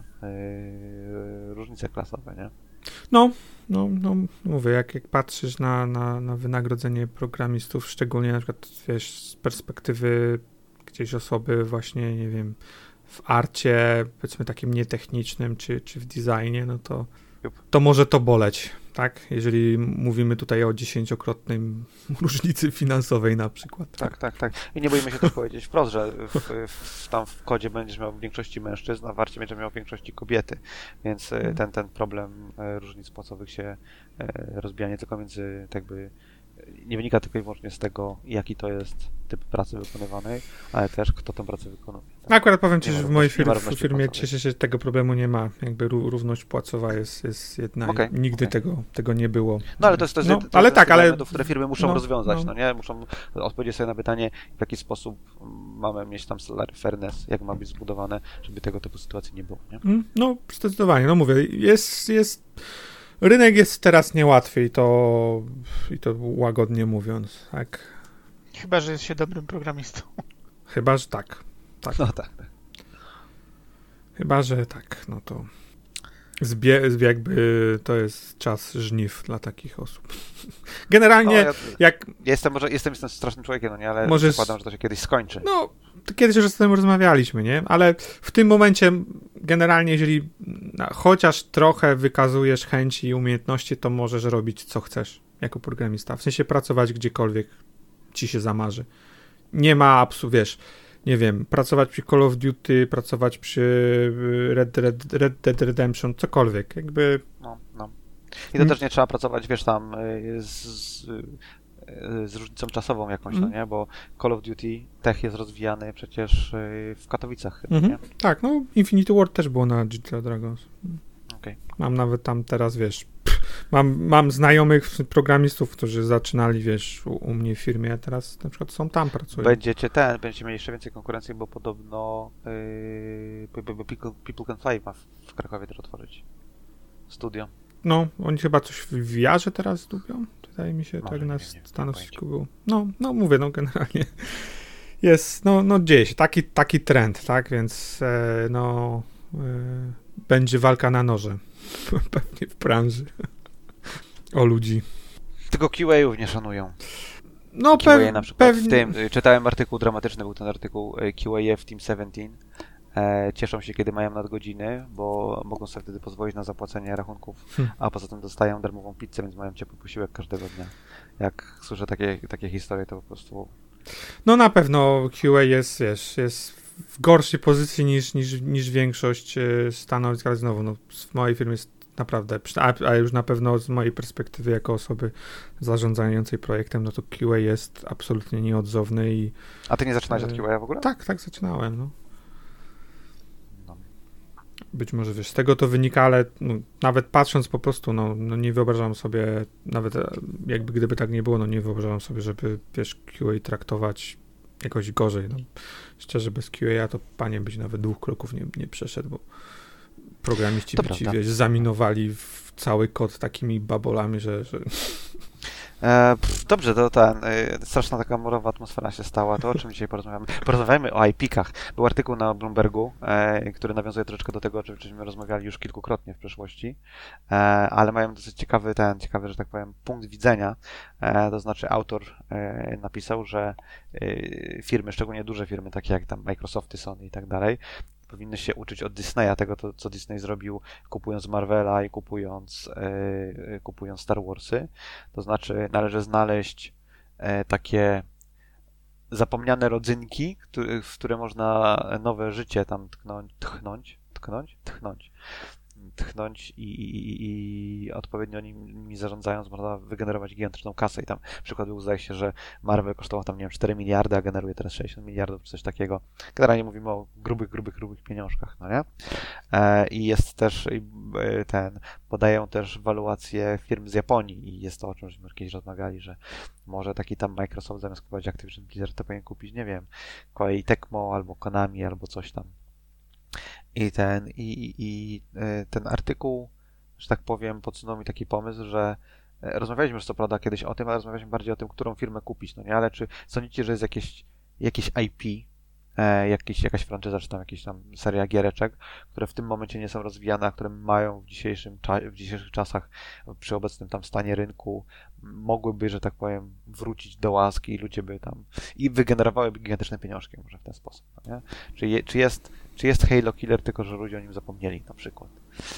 różnice klasowe, nie?
No, mówię, jak patrzysz na wynagrodzenie programistów, szczególnie na przykład, wiesz, z perspektywy gdzieś osoby właśnie, nie wiem, w arcie, powiedzmy takim nietechnicznym, czy w designie, no to może to boleć, tak? Jeżeli mówimy tutaj o 10-krotnej różnicy finansowej na przykład.
Tak. I nie boimy się też powiedzieć wprost, że tam w kodzie będziesz miał w większości mężczyzn, a w arcie będziesz miał w większości kobiety, więc ten problem różnic płacowych się rozbija nie tylko między jakby nie wynika tylko i wyłącznie z tego, jaki to jest typ pracy wykonywanej, ale też kto tę pracę wykonuje. Tak?
Akurat powiem ci, że w mojej firmie cieszę się, że tego problemu nie ma. Jakby równość płacowa jest jedna. Nigdy tego nie było.
No ale to jest elementów, które firmy muszą rozwiązać, no nie? Muszą odpowiedzieć sobie na pytanie, w jaki sposób mamy mieć tam salary fairness, jak ma być zbudowane, żeby tego typu sytuacji nie było, nie?
No, zdecydowanie. No mówię, rynek jest teraz niełatwy i to łagodnie mówiąc, tak?
Chyba, że jest się dobrym programistą.
Chyba, że tak.
No tak.
Chyba, że tak, no to jakby to jest czas żniw dla takich osób. Generalnie
Jestem strasznym człowiekiem, no nie, ale zakładam, że to się kiedyś skończy.
No, to kiedyś już z tym rozmawialiśmy, nie? Ale w tym momencie generalnie, jeżeli chociaż trochę wykazujesz chęci i umiejętności, to możesz robić co chcesz jako programista. W sensie pracować gdziekolwiek ci się zamarzy. Nie ma wiesz, nie wiem, pracować przy Call of Duty, pracować przy Red Dead Redemption, cokolwiek, jakby...
No. I to też nie trzeba pracować, wiesz, tam z różnicą czasową jakąś, no nie? Bo Call of Duty tech jest rozwijany przecież w Katowicach chyba, nie?
Tak, no Infinity Ward też było na Digital Dragons.
Okay.
Mam nawet tam teraz, wiesz, mam znajomych programistów, którzy zaczynali, wiesz, u mnie w firmie, a teraz na przykład są tam, pracują.
Będziecie mieli jeszcze więcej konkurencji, bo podobno People Can Fly ma w Krakowie też otworzyć studio.
No, oni chyba coś w VR-ze teraz zdubią. Wydaje mi się, może, tak na stanowisku było. No, mówię, no generalnie jest, no dzieje się, taki trend, tak, więc będzie walka na noże. Pewnie w branży. O ludzi.
Tylko QA-ów nie szanują.
No
QA na przykład
pewnie.
w tym, czytałem artykuł dramatyczny, był ten artykuł QA w Team 17. Cieszą się, kiedy mają nadgodziny, bo mogą sobie wtedy pozwolić na zapłacenie rachunków, a poza tym dostają darmową pizzę, więc mają ciepły posiłek każdego dnia. Jak słyszę takie historie, to po prostu...
No na pewno QA jest w gorszej pozycji niż większość stanowisk, ale znowu, no, w mojej firmie jest naprawdę, a już na pewno z mojej perspektywy jako osoby zarządzającej projektem, no to QA jest absolutnie nieodzowny i...
A ty nie zaczynałeś od QA w ogóle?
Tak zaczynałem, no. Być może, wiesz, z tego to wynika, ale no, nawet patrząc po prostu, no nie wyobrażam sobie, nawet jakby gdyby tak nie było, no nie wyobrażam sobie, żeby, wiesz, QA traktować jakoś gorzej. No, szczerze, bez QA to panie byś nawet 2 kroków nie przeszedł, bo programiści by ci, wiesz, zaminowali w cały kod takimi babolami, że...
Dobrze, to straszna taka murowa atmosfera się stała. To o czym dzisiaj porozmawiamy? Porozmawiamy o IP-kach. Był artykuł na Bloombergu, który nawiązuje troszeczkę do tego, o czym żeśmy rozmawiali już kilkukrotnie w przeszłości, ale mają dosyć ciekawy, że tak powiem, punkt widzenia. To znaczy autor napisał, że firmy, szczególnie duże firmy, takie jak tam Microsofty, Sony i tak dalej, powinny się uczyć od Disneya, tego, co Disney zrobił, kupując Marvela i kupując Star Warsy. To znaczy, należy znaleźć takie zapomniane rodzynki, w które można nowe życie tam tchnąć i odpowiednio nimi zarządzając można wygenerować gigantyczną kasę i tam przykład był, zdaje się, że Marvel kosztował tam, nie wiem, 4 miliardy, a generuje teraz 60 miliardów czy coś takiego. Generalnie mówimy o grubych pieniążkach, no nie? I jest też podają też waluację firm z Japonii i jest to, o czym żeśmy kiedyś rozmawiali, że może taki tam Microsoft zamiast kupować Activision Blizzard, to powinien kupić, nie wiem, Koei Tecmo albo Konami albo coś tam. I ten artykuł, że tak powiem, podsunął mi taki pomysł, że rozmawialiśmy już co prawda kiedyś o tym, ale rozmawialiśmy bardziej o tym, którą firmę kupić, no nie? Ale czy sądzicie, że jest jakieś IP, jakaś franczyza, czy tam jakaś tam seria giereczek, które w tym momencie nie są rozwijane, a które mają w dzisiejszych czasach, przy obecnym tam stanie rynku, mogłyby, że tak powiem, wrócić do łaski i ludzie by tam i wygenerowałyby gigantyczne pieniążki może w ten sposób, no nie? Czy jest Halo Killer, tylko że ludzie o nim zapomnieli na przykład?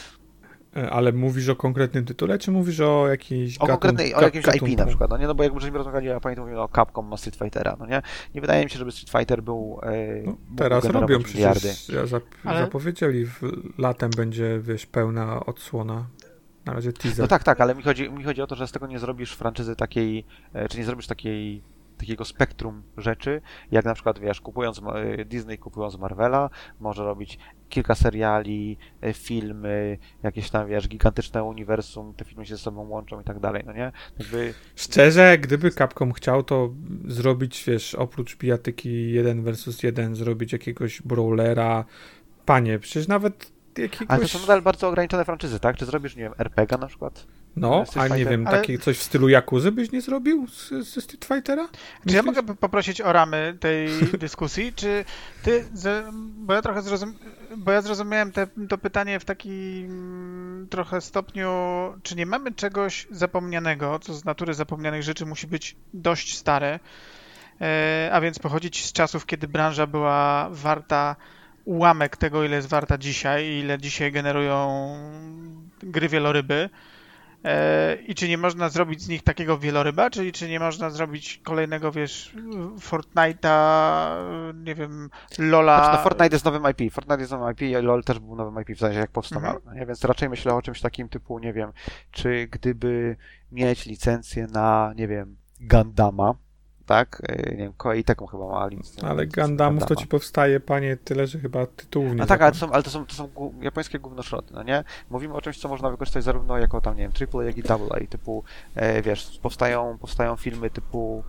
Ale mówisz o konkretnym tytule, czy mówisz o jakiejś
o jakimś IP na przykład, no nie, no bo jak żeśmy rozmawiali, ja pamiętam, mówimy o Capcom ma Street Fightera, no nie? Nie wydaje mi się, żeby Street Fighter był
teraz robią przecież, zapowiedzieli, latem będzie, wiesz, pełna odsłona. Na razie teaser.
No tak, ale mi chodzi o to, że z tego nie zrobisz franczyzy takiej, czy nie zrobisz takiego spektrum rzeczy, jak na przykład, wiesz, Disney kupując Marvela, może robić kilka seriali, filmy, jakieś tam, wiesz, gigantyczne uniwersum, te filmy się ze sobą łączą i tak dalej, no nie?
Szczerze, gdyby Capcom chciał, to zrobić, wiesz, oprócz bijatyki 1 versus 1, zrobić jakiegoś brawlera, panie, przecież nawet jakiegoś...
Ale to są nadal bardzo ograniczone franczyzy, tak? Czy zrobisz, nie wiem, RPG na przykład?
No, a nie wiem, takie coś w stylu Yakuzy byś nie zrobił ze Street Fightera?
Czy ja mogę poprosić o ramy tej dyskusji? Czy ty, bo ja zrozumiałem to pytanie w takim trochę stopniu, czy nie mamy czegoś zapomnianego, co z natury zapomnianych rzeczy musi być dość stare, a więc pochodzić z czasów, kiedy branża była warta ułamek tego, ile jest warta dzisiaj i ile dzisiaj generują gry wieloryby. I czy nie można zrobić z nich takiego wieloryba, czyli czy nie można zrobić kolejnego, wiesz, Fortnite'a, nie wiem, LoL'a.
Znaczy, no, Fortnite jest nowym IP i LoL też był nowym IP, w sensie jak powstał. Więc raczej myślę o czymś takim typu, nie wiem, czy gdyby mieć licencję na, nie wiem, Gundama, tak? Nie wiem, Koei Tecmo chyba ma licencję.
Ale Gundamów to ci powstaje, panie, tyle, że chyba tytułów nie.
No tak, ale to są japońskie gównoszroty, no nie? Mówimy o czymś, co można wykorzystać zarówno jako tam, nie wiem, AAA, jak i AA, typu, wiesz, powstają filmy typu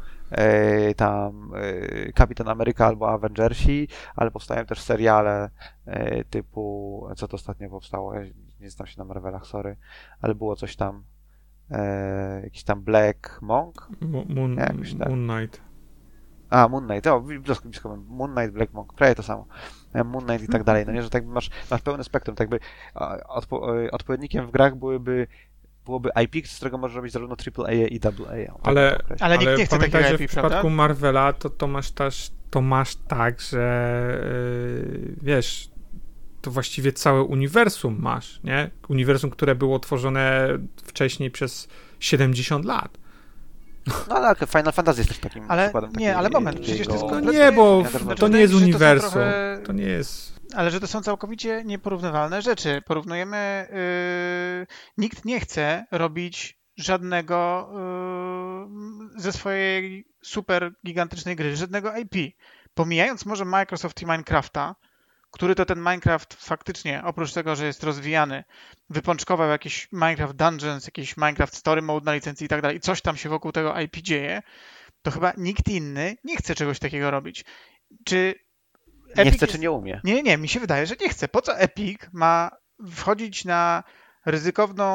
Kapitan Ameryka albo Avengersi, ale powstają też seriale typu, co to ostatnio powstało, ja nie znam się na Marvelach, sorry, ale było coś tam, jakiś tam Black Monk?
Moon Knight.
Moon Knight, blisko Moon Knight, Black Monk, prawie to samo. Moon Knight i tak dalej, no nie, że tak masz pełne spektrum, tak by odpowiednikiem w grach byłoby IP, z którego możesz robić zarówno AAA i AA.
Ale nikt nie chce takiego IP,
w przypadku Marvela to masz tak, że wiesz, to właściwie całe uniwersum masz, nie? Uniwersum, które było tworzone wcześniej przez 70 lat.
No ale Final Fantasy jest też takim przykładem.
Nie, ale moment, przecież to jest
kompletnie... Nie, bo to nie jest uniwersum. To nie jest...
Ale że to są całkowicie nieporównywalne rzeczy. Porównujemy... Nikt nie chce robić żadnego ze swojej super gigantycznej gry, żadnego IP. Pomijając może Microsoft i Minecrafta, który to ten Minecraft faktycznie, oprócz tego, że jest rozwijany, wypączkował jakiś Minecraft Dungeons, jakiś Minecraft Story Mode na licencji i tak dalej, i coś tam się wokół tego IP dzieje, to chyba nikt inny nie chce czegoś takiego robić. Czy Epic
nie chce, czy nie umie?
Nie, mi się wydaje, że nie chce. Po co Epic ma wchodzić na ryzykowną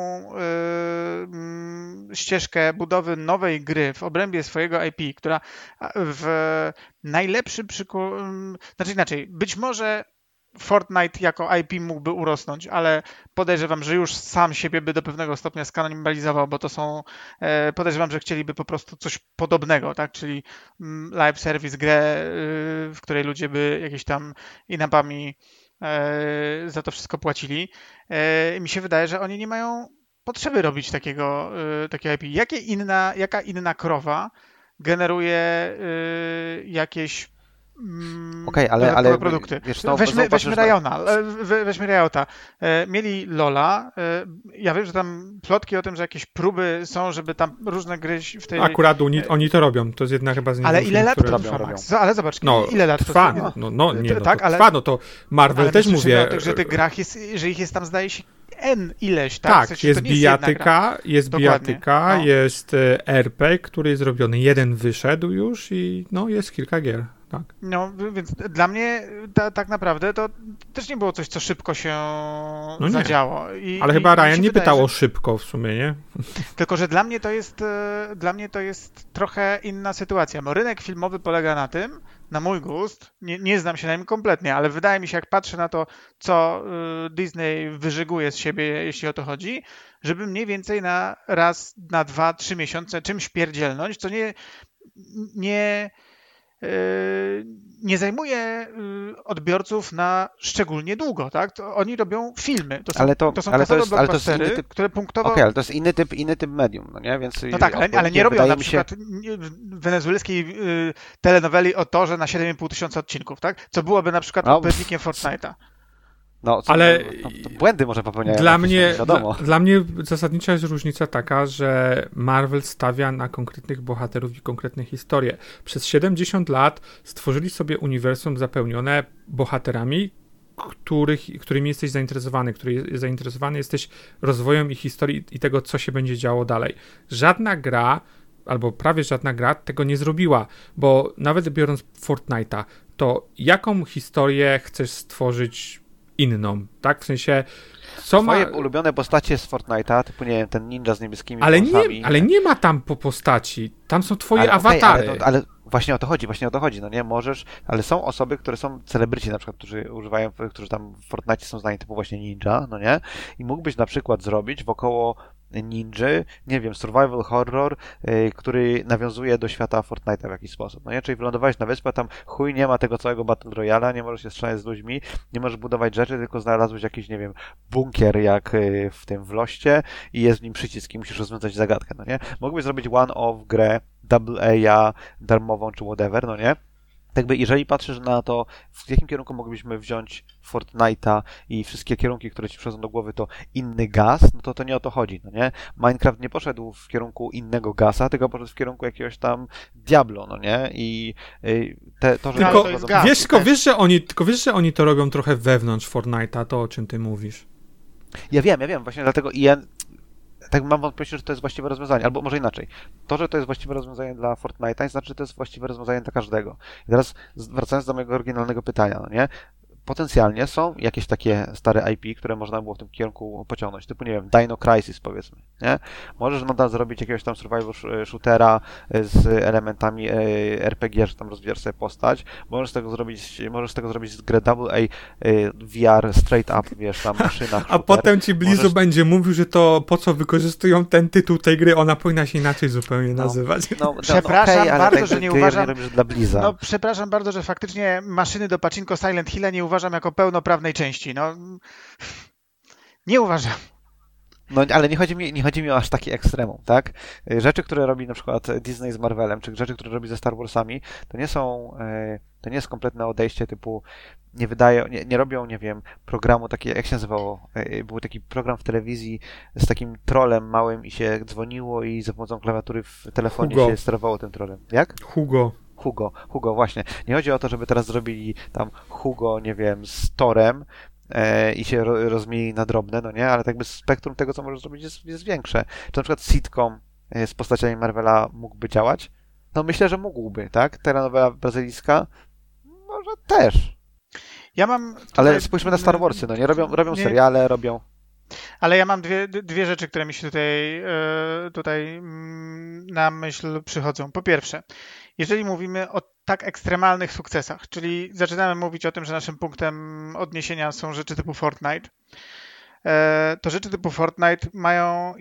ścieżkę budowy nowej gry w obrębie swojego IP, która w najlepszym znaczy inaczej, być może Fortnite jako IP mógłby urosnąć, ale podejrzewam, że już sam siebie by do pewnego stopnia skanibalizował, bo to są, podejrzewam, że chcieliby po prostu coś podobnego, tak, czyli live service, grę, w której ludzie by jakieś tam in-appami za to wszystko płacili. Mi się wydaje, że oni nie mają potrzeby robić takiego IP. Jaka inna krowa generuje jakieś
ale
produkty?
Wiesz,
Weźmy Riota. Mieli LoL'a. Ja wiem, że tam plotki o tym, że jakieś próby są, żeby tam różne gry w tej...
Akurat oni to robią. To jest jedna chyba z nich.
Ale ile lat to trwa, Max? Ale zobacz, ile lat
trwa. Trwa. No to Marvel też mówię...
że tych grach jest, że ich jest tam, zdaje się, ileś, tak?
Tak,
w sensie,
jest bijatyka, jest RPG, który jest robiony. Jeden wyszedł już i jest kilka gier. Tak.
No, więc dla mnie tak naprawdę to też nie było coś, co szybko się zadziało.
Ale chyba Ryan nie pytał o szybko w sumie, nie?
Tylko, że dla mnie to jest trochę inna sytuacja, bo rynek filmowy polega na tym, na mój gust, nie znam się na nim kompletnie, ale wydaje mi się, jak patrzę na to, co Disney wyżyguje z siebie, jeśli o to chodzi, żeby mniej więcej na raz, na 2-3 miesiące czymś pierdzielnąć, co nie zajmuje odbiorców na szczególnie długo, tak? To oni robią filmy. To są blockbustery, które punktowo...
Okej, ale to jest inny typ medium, no nie? Więc
no tak, ale nie robią na przykład wenezuelskiej telenoweli o Torze na 7,5 tysiąca odcinków, tak? Co byłoby na przykład odpowiednikiem Fortnite'a.
Ale błędy może popełniają.
Dla mnie zasadnicza jest różnica taka, że Marvel stawia na konkretnych bohaterów i konkretne historie. Przez 70 lat stworzyli sobie uniwersum zapełnione bohaterami, którymi jesteś zainteresowany, zainteresowany jesteś rozwojem ich historii i tego, co się będzie działo dalej. Żadna gra, albo prawie żadna gra tego nie zrobiła, bo nawet biorąc Fortnite'a, to jaką historię chcesz stworzyć inną, tak? W sensie,
Twoje ulubione postacie z Fortnite'a, typu, nie wiem, ten ninja z niebieskimi włosami.
Ale nie ma tam postaci. Tam są twoje awatary.
Ale właśnie o to chodzi, no nie? Możesz, ale są osoby, które są celebryci na przykład, którzy tam w Fortnite są znani, typu właśnie ninja, no nie? I mógłbyś na przykład zrobić wokoło ninży, nie wiem, survival horror, który nawiązuje do świata Fortnite'a w jakiś sposób, no nie? Czyli wylądowałeś na wyspę, tam nie ma tego całego Battle Royale'a, nie możesz się strzelać z ludźmi, nie możesz budować rzeczy, tylko znalazłeś jakiś, nie wiem, bunkier jak w Loście i jest w nim przycisk i musisz rozwiązać zagadkę, no nie? Mógłbyś zrobić one-off grę, AA, darmową czy whatever, no nie? Jakby jeżeli patrzysz na to, w jakim kierunku moglibyśmy wziąć Fortnite'a i wszystkie kierunki, które ci przychodzą do głowy, to inny gaz, no to nie o to chodzi, no nie? Minecraft nie poszedł w kierunku innego gaza, tylko poszedł w kierunku jakiegoś tam Diablo, no nie? I to, że...
Tylko wiesz, że oni to robią trochę wewnątrz Fortnite'a, to o czym ty mówisz.
Ja wiem, właśnie dlatego tak mam wątpliwość, że to jest właściwe rozwiązanie, albo może inaczej. To, że to jest właściwe rozwiązanie dla Fortnite'a, znaczy, że to jest właściwe rozwiązanie dla każdego. I teraz wracając do mojego oryginalnego pytania, no nie? potencjalnie są jakieś takie stare IP, które można było w tym kierunku pociągnąć, typu, nie wiem, Dino Crisis, powiedzmy, nie? Możesz nadal zrobić jakiegoś tam survival shootera z elementami RPG, że tam rozwijasz sobie postać, możesz z tego zrobić grę AA VR straight up, wiesz, tam na szynach shooter.
A potem ci Blizu będzie mówił, że to po co wykorzystują ten tytuł tej gry, ona powinna się inaczej zupełnie nazywać.
Przepraszam bardzo, że nie uważam...
Nie dla Bliza.
No, przepraszam bardzo, że faktycznie maszyny do Pachinko Silent Hilla nie uważam jako pełnoprawnej części. No, nie uważam.
No, ale nie chodzi mi o aż taki ekstremum, tak? Rzeczy, które robi na przykład Disney z Marvelem, czy rzeczy, które robi ze Star Warsami, to nie jest kompletne odejście typu nie robią, nie wiem, programu takie, jak się nazywało? Był taki program w telewizji z takim trolem małym i się dzwoniło i za pomocą klawiatury w telefonie się sterowało tym trolem. Jak? Hugo, właśnie. Nie chodzi o to, żeby teraz zrobili tam Hugo, nie wiem, z Torem i się rozmienili na drobne, no nie? Ale tak by spektrum tego, co możesz zrobić, jest większe. Czy na przykład sitcom z postaciami Marvela mógłby działać? No myślę, że mógłby, tak? Telenowela brazylijska? Może też.
Ja mam tutaj...
Ale spójrzmy na Star Warsy, no nie? Robią seriale, robią...
Ale ja mam dwie rzeczy, które mi się tutaj na myśl przychodzą. Po pierwsze, jeżeli mówimy o tak ekstremalnych sukcesach, czyli zaczynamy mówić o tym, że naszym punktem odniesienia są rzeczy typu Fortnite, to rzeczy typu Fortnite mają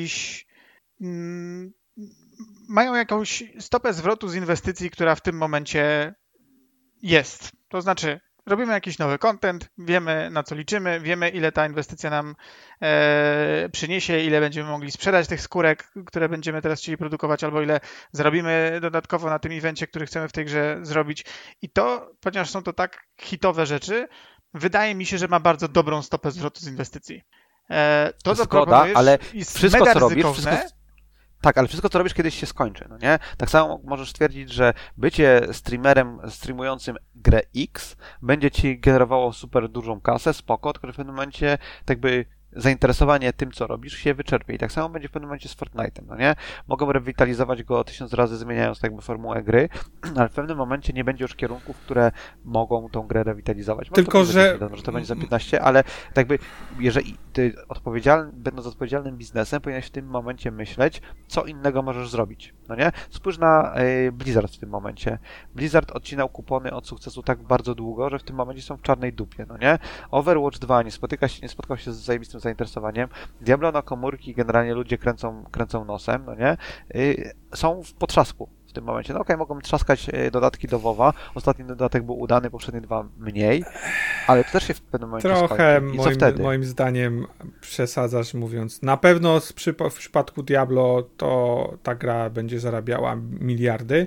jakąś stopę zwrotu z inwestycji, która w tym momencie jest. To znaczy, robimy jakiś nowy content, wiemy, na co liczymy, wiemy, ile ta inwestycja nam przyniesie, ile będziemy mogli sprzedać tych skórek, które będziemy teraz chcieli produkować, albo ile zarobimy dodatkowo na tym evencie, który chcemy w tej grze zrobić. I to, ponieważ są to tak hitowe rzeczy, wydaje mi się, że ma bardzo dobrą stopę zwrotu z inwestycji. To, co proponujesz,
ale
jest
wszystko,
mega
co robisz,
ryzykowne.
Tak, ale wszystko, co robisz, kiedyś się skończy, no nie? Tak samo możesz stwierdzić, że bycie streamerem streamującym grę X będzie ci generowało super dużą kasę, spoko, tylko w pewnym momencie tak by zainteresowanie tym, co robisz, się wyczerpie. I tak samo będzie w pewnym momencie z Fortnite'em, no nie? Mogą rewitalizować go 1000 razy, zmieniając tak jakby formułę gry, ale w pewnym momencie nie będzie już kierunków, które mogą tą grę rewitalizować. Może
tylko, że
to będzie za 15, ale tak jakby, jeżeli ty będąc odpowiedzialnym biznesem, powinieneś w tym momencie myśleć, co innego możesz zrobić, no nie? Spójrz na Blizzard w tym momencie. Blizzard odcinał kupony od sukcesu tak bardzo długo, że w tym momencie są w czarnej dupie, no nie? Overwatch 2 nie spotkał się z zajebistym zainteresowaniem. Diablo na komórki, generalnie ludzie kręcą nosem, no nie? Są w potrzasku w tym momencie. No okej, mogą trzaskać dodatki do WoWa. Ostatni dodatek był udany, poprzednie dwa mniej, ale to też się w pewnym momencie
trochę
skończy. I co wtedy?
Moim zdaniem przesadzasz, mówiąc. Na pewno w przypadku Diablo to ta gra będzie zarabiała miliardy.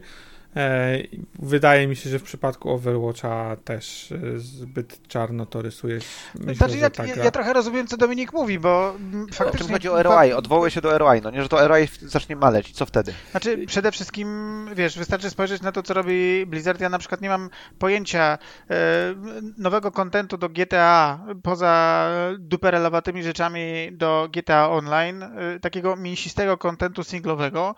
Wydaje mi się, że w przypadku Overwatcha też zbyt czarno to rysuje. Myślę,
znaczy, ja trochę rozumiem, co Dominik mówi, bo faktycznie...
O czym chodzi o ROI? Odwołuje się do ROI, no nie, że to ROI zacznie maleć. I co wtedy?
Znaczy, przede wszystkim, wiesz, wystarczy spojrzeć na to, co robi Blizzard. Ja na przykład nie mam pojęcia nowego kontentu do GTA, poza duperelowatymi rzeczami do GTA Online, takiego mięsistego kontentu singlowego.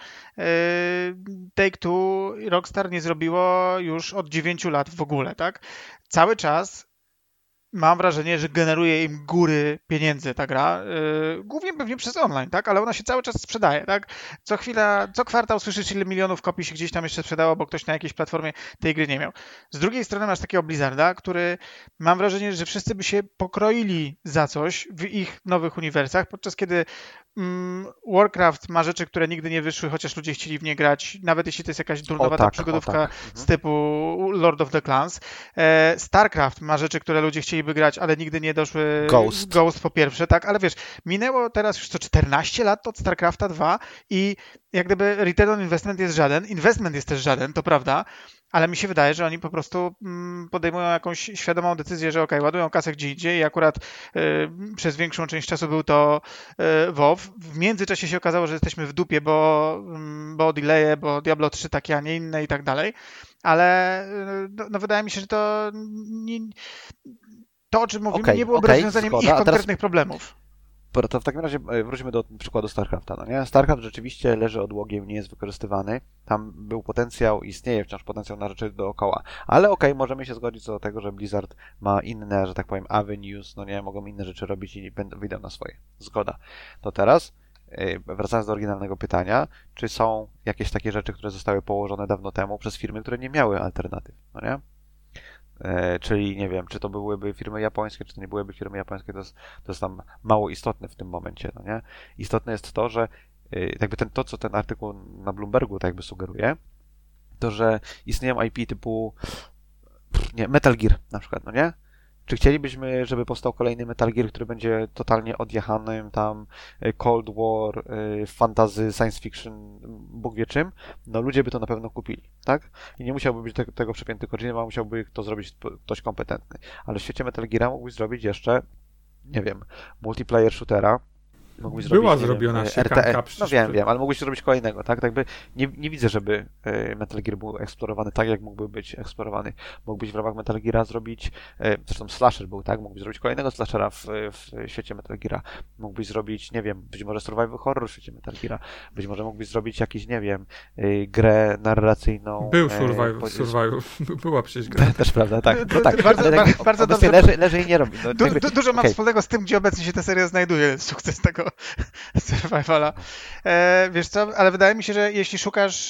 Take-Two, Rockstar nie zrobiło już od 9 lat w ogóle, tak? Cały czas mam wrażenie, że generuje im góry pieniędzy ta gra, głównie pewnie przez online, tak? Ale ona się cały czas sprzedaje, tak? Co kwartał słyszysz, ile milionów kopii się gdzieś tam jeszcze sprzedało, bo ktoś na jakiejś platformie tej gry nie miał. Z drugiej strony masz takiego Blizzarda, który mam wrażenie, że wszyscy by się pokroili za coś w ich nowych uniwersach, podczas kiedy Warcraft ma rzeczy, które nigdy nie wyszły, chociaż ludzie chcieli w nie grać, nawet jeśli to jest jakaś durnowata przygodówka z typu Lord of the Clans. StarCraft ma rzeczy, które ludzie chcieliby grać, ale nigdy nie doszły. Ghost po pierwsze, tak, ale wiesz, minęło teraz już 14 lat od StarCrafta 2 i jak gdyby return on investment jest żaden, investment jest też żaden, to prawda, ale mi się wydaje, że oni po prostu podejmują jakąś świadomą decyzję, że ładują kasę gdzie indziej i akurat przez większą część czasu był to WoW. W międzyczasie się okazało, że jesteśmy w dupie, bo delaye, bo Diablo 3 takie, a nie inne i tak dalej, ale no wydaje mi się, że to o czym mówimy, nie byłoby rozwiązaniem ich konkretnych problemów.
To w takim razie wróćmy do przykładu StarCrafta. No nie? StarCraft rzeczywiście leży odłogiem, nie jest wykorzystywany. Tam był potencjał, istnieje wciąż potencjał na rzeczy dookoła. Ale okej, możemy się zgodzić co do tego, że Blizzard ma inne, że tak powiem, avenues, no nie, mogą inne rzeczy robić i wyjdą na swoje. Zgoda. To teraz, wracając do oryginalnego pytania, czy są jakieś takie rzeczy, które zostały położone dawno temu przez firmy, które nie miały alternatyw, no nie? Czyli nie wiem, czy to byłyby firmy japońskie, czy to nie byłyby firmy japońskie, to jest tam mało istotne w tym momencie, no nie? Istotne jest to, że jakby to, co ten artykuł na Bloombergu tak jakby sugeruje, to, że istnieją IP typu Metal Gear na przykład, no nie? Czy chcielibyśmy, żeby powstał kolejny Metal Gear, który będzie totalnie odjechanym tam Cold War, fantasy, science fiction, Bóg wie czym? No ludzie by to na pewno kupili, tak? I nie musiałby być tego przepięty Kojima, musiałby to zrobić ktoś kompetentny. Ale w świecie Metal Geara mógłbyś zrobić jeszcze, nie wiem, multiplayer shootera.
Była zrobiona szykanka.
No wiem, ale mógłbyś zrobić kolejnego, tak? Tak by nie widzę, żeby Metal Gear był eksplorowany tak, jak mógłby być eksplorowany. Mógłbyś w ramach Metal Geara zrobić, zresztą slasher był, tak? Mógłbyś zrobić kolejnego slashera w świecie Metal Geara. Mógłbyś zrobić, nie wiem, być może survival horror w świecie Metal Geara. Być może mógłbyś zrobić jakiś, nie wiem, grę narracyjną.
Był survival. Była przecież gra.
Też prawda, tak. No tak.
Bardzo dobrze.
Leży i nie robi. No,
dużo mam wspólnego z tym, gdzie obecnie się ta seria znajduje. Sukces tego survivala. Wiesz co, ale wydaje mi się, że jeśli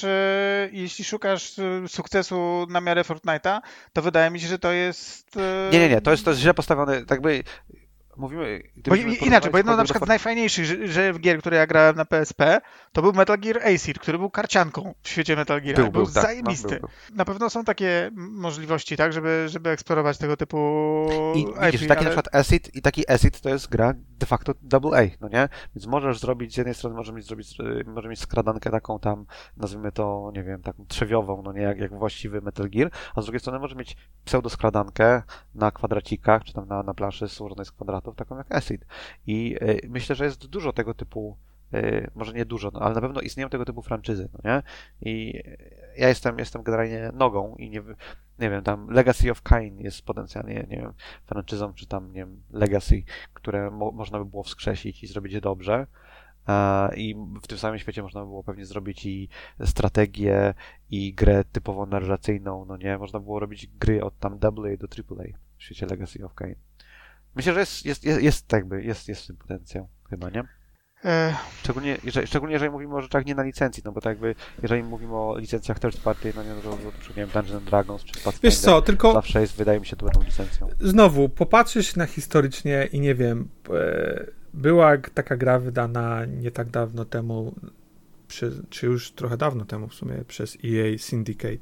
szukasz sukcesu na miarę Fortnite'a, to wydaje mi się, że to jest...
Nie, to jest źle postawione, tak by... Mówimy...
Inaczej, bo jedno na przykład z najfajniejszych gier, które ja grałem na PSP, to był Metal Gear Acid, który był karcianką w świecie Metal Gear. Był zajebisty.
Był.
Na pewno są takie możliwości, tak, żeby eksplorować tego typu
widzisz, taki na przykład Acid to jest gra de facto AA, no nie? Więc możesz zrobić, z jednej strony możesz mieć skradankę taką tam, nazwijmy to, nie wiem, taką trzewiową, no nie, jak właściwy Metal Gear, a z drugiej strony możesz mieć pseudoskradankę na kwadracikach, czy tam na planszy złożonej z kwadratów, taką jak Acid. I myślę, że jest dużo tego typu, może nie dużo, no, ale na pewno istnieją tego typu franczyzy, no nie? I ja jestem generalnie nogą i nie wiem, tam Legacy of Kain jest potencjalnie, nie wiem, franczyzą, czy tam, nie wiem, Legacy, które można by było wskrzesić i zrobić je dobrze. I w tym samym świecie można by było pewnie zrobić i strategię, i grę typowo narracyjną, no nie? Można było robić gry od tam AA do AAA w świecie Legacy of Kain. Myślę, że jest w tym potencjał, chyba, nie? Szczególnie jeżeli mówimy o rzeczach nie na licencji, no bo tak jakby, jeżeli mówimy o licencjach third party, no nie, no to nie wiem, Dungeons & Dragons czy Pathfinder,
wiesz co, tylko
zawsze jest, wydaje mi się, tą licencją.
Znowu, popatrzysz na historycznie i nie wiem, była taka gra wydana nie tak dawno temu, czy już trochę dawno temu w sumie, przez EA Syndicate.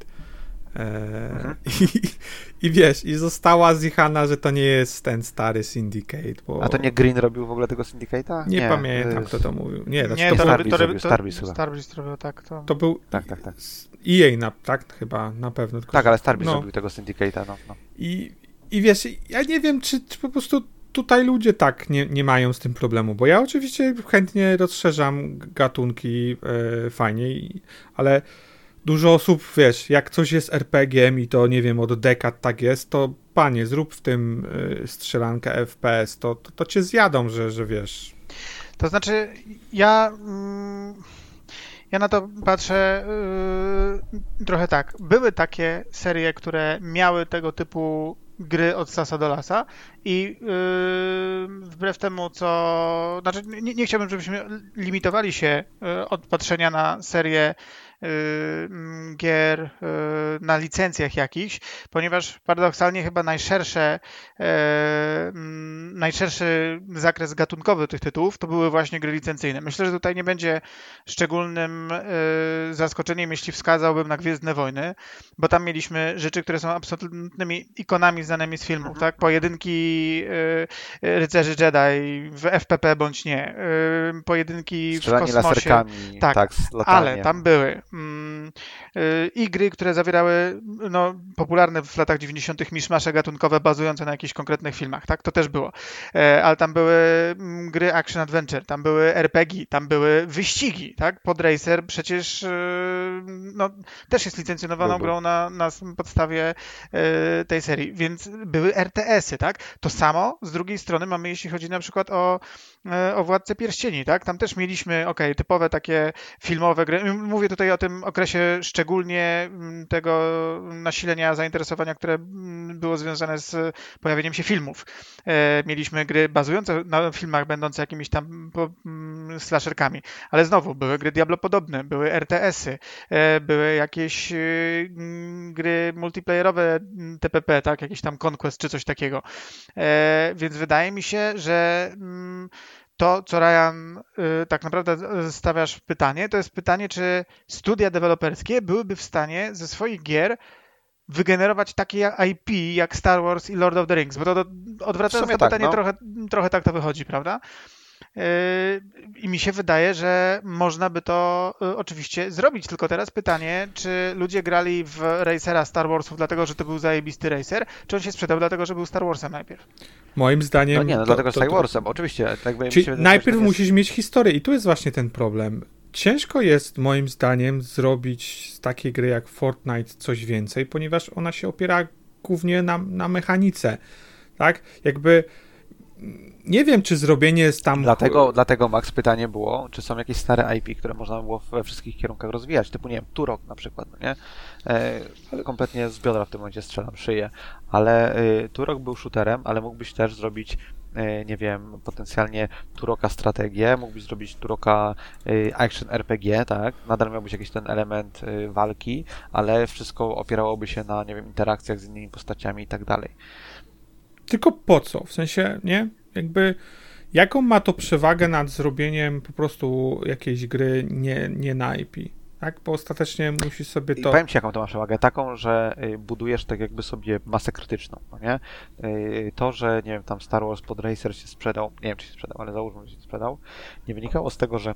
I wiesz, i została zjechana, że to nie jest ten stary Syndicate. Bo...
A to nie Green robił w ogóle tego Syndicate'a?
Nie pamiętam, kto to mówił.
Starbreeze robił, tak.
To był
tak.
EA, tak? Chyba, na pewno.
Tak, ale Starbreeze robił tego Syndicate'a, no.
I wiesz, ja nie wiem, czy po prostu tutaj ludzie tak nie mają z tym problemu, bo ja oczywiście chętnie rozszerzam gatunki fajnie, ale dużo osób, wiesz, jak coś jest RPG-iem i to, nie wiem, od dekad tak jest, to panie, zrób w tym strzelankę FPS, to cię zjadą, że wiesz.
To znaczy, ja na to patrzę trochę tak. Były takie serie, które miały tego typu gry od sasa do lasa i wbrew temu, co... Znaczy, nie chciałbym, żebyśmy limitowali się od patrzenia na serię gier na licencjach jakichś, ponieważ paradoksalnie chyba najszerszy zakres gatunkowy tych tytułów to były właśnie gry licencyjne. Myślę, że tutaj nie będzie szczególnym zaskoczeniem, jeśli wskazałbym na Gwiezdne Wojny, bo tam mieliśmy rzeczy, które są absolutnymi ikonami znanymi z filmów, tak? Pojedynki rycerzy Jedi w FPP bądź nie, pojedynki
strzelanie
w kosmosie.
Laserkami,
tak,
z lataniem.
Ale tam były i gry, które zawierały popularne w latach 90. miszmasze gatunkowe bazujące na jakichś konkretnych filmach, tak? To też było. Ale tam były gry action adventure, tam były RPG, tam były wyścigi, tak? Podracer przecież też jest licencjonowaną grą na podstawie tej serii, więc były RTS-y, tak? To samo z drugiej strony mamy, jeśli chodzi na przykład o o Władcy Pierścieni, tak? Tam też mieliśmy, typowe takie filmowe gry. Mówię tutaj o tym okresie szczególnie tego nasilenia zainteresowania, które było związane z pojawieniem się filmów. Mieliśmy gry bazujące na filmach, będące jakimiś tam slasherkami, ale znowu były gry Diablo-podobne, były RTS-y, były jakieś gry multiplayerowe TPP, tak? Jakiś tam Conquest czy coś takiego. Więc wydaje mi się, że to, co Ryan tak naprawdę stawiasz pytanie, to jest pytanie, czy studia deweloperskie byłyby w stanie ze swoich gier wygenerować takie IP jak Star Wars i Lord of the Rings, bo to odwracając to pytanie, trochę tak to wychodzi, prawda? I mi się wydaje, że można by to oczywiście zrobić, tylko teraz pytanie, czy ludzie grali w Racera Star Warsów dlatego, że to był zajebisty Racer, czy on się sprzedał dlatego, że był Star Warsem najpierw?
Moim zdaniem...
dlatego Star Warsem, oczywiście.
Najpierw musisz mieć historię i tu jest właśnie ten problem. Ciężko jest, moim zdaniem, zrobić z takiej gry jak Fortnite coś więcej, ponieważ ona się opiera głównie na mechanice, tak? Jakby nie wiem, czy zrobienie tam...
Dlatego, Max, pytanie było, czy są jakieś stare IP, które można było we wszystkich kierunkach rozwijać, typu, nie wiem, Turok na przykład, no nie? Kompletnie z biodra w tym momencie strzelam, szyję, ale Turok był shooterem, ale mógłbyś też zrobić, nie wiem, potencjalnie Turoka strategię, mógłbyś zrobić Turoka action RPG, tak? Nadal miałbyś jakiś ten element walki, ale wszystko opierałoby się na, nie wiem, interakcjach z innymi postaciami i tak dalej.
Tylko po co? W sensie, nie? Jakby, jaką ma to przewagę nad zrobieniem po prostu jakiejś gry nie na IP? Tak? Bo ostatecznie musisz sobie to...
I powiem ci, jaką to ma przewagę. Taką, że budujesz tak jakby sobie masę krytyczną, no nie? To, że, nie wiem, tam Star Wars pod Racer się sprzedał, nie wiem, czy się sprzedał, ale załóżmy, że się sprzedał, nie wynikało z tego,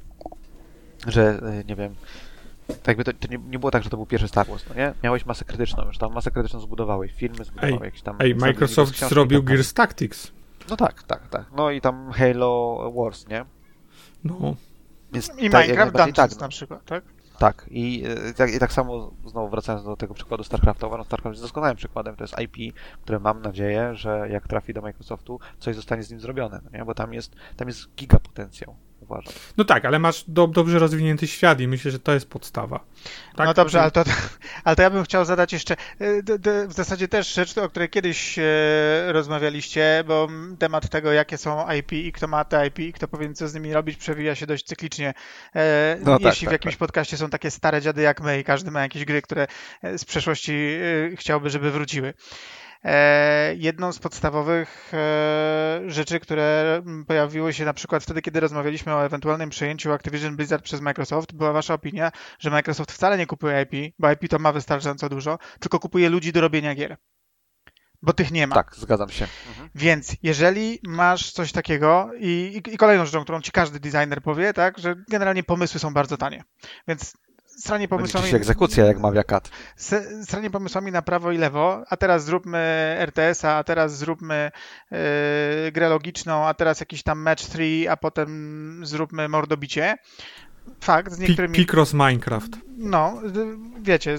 że nie wiem, tak jakby to nie było tak, że to był pierwszy Star Wars, no nie? Miałeś masę krytyczną, już tam masę krytyczną zbudowałeś, filmy zbudowałeś, jakieś tam...
Microsoft zrobił Gears Tactics.
No tak. No i tam Halo Wars, nie?
No.
Więc i Minecraft Dungeons na przykład, tak?
Tak. I tak samo, znowu wracając do tego przykładu StarCrafta, uważam, StarCraft jest doskonałym przykładem. To jest IP, które mam nadzieję, że jak trafi do Microsoftu, coś zostanie z nim zrobione, no nie? Bo tam jest giga potencjał. Uważam.
No tak, ale masz dobrze rozwinięty świat i myślę, że to jest podstawa. Tak?
No dobrze, ale to ja bym chciał zadać jeszcze w zasadzie też rzecz, o której kiedyś rozmawialiście, bo temat tego, jakie są IP i kto ma te IP i kto powinien co z nimi robić, przewija się dość cyklicznie. Jeśli w jakimś podcaście są takie stare dziady jak my i każdy ma jakieś gry, które z przeszłości chciałby, żeby wróciły. Jedną z podstawowych rzeczy, które pojawiły się na przykład wtedy, kiedy rozmawialiśmy o ewentualnym przejęciu Activision Blizzard przez Microsoft, była wasza opinia, że Microsoft wcale nie kupuje IP, bo IP to ma wystarczająco dużo, tylko kupuje ludzi do robienia gier. Bo tych nie ma.
Tak, zgadzam się.
Więc jeżeli masz coś takiego i kolejną rzeczą, którą ci każdy designer powie, tak, że generalnie pomysły są bardzo tanie. Więc stranie pomysłami...
Będzie egzekucja, jak mawia Kat.
Stranie pomysłami na prawo i lewo, a teraz zróbmy RTS-a, a teraz zróbmy grę logiczną, a teraz jakiś tam match 3, a potem zróbmy mordobicie. Fakt, z niektórymi...
Picross Minecraft.
No, wiecie,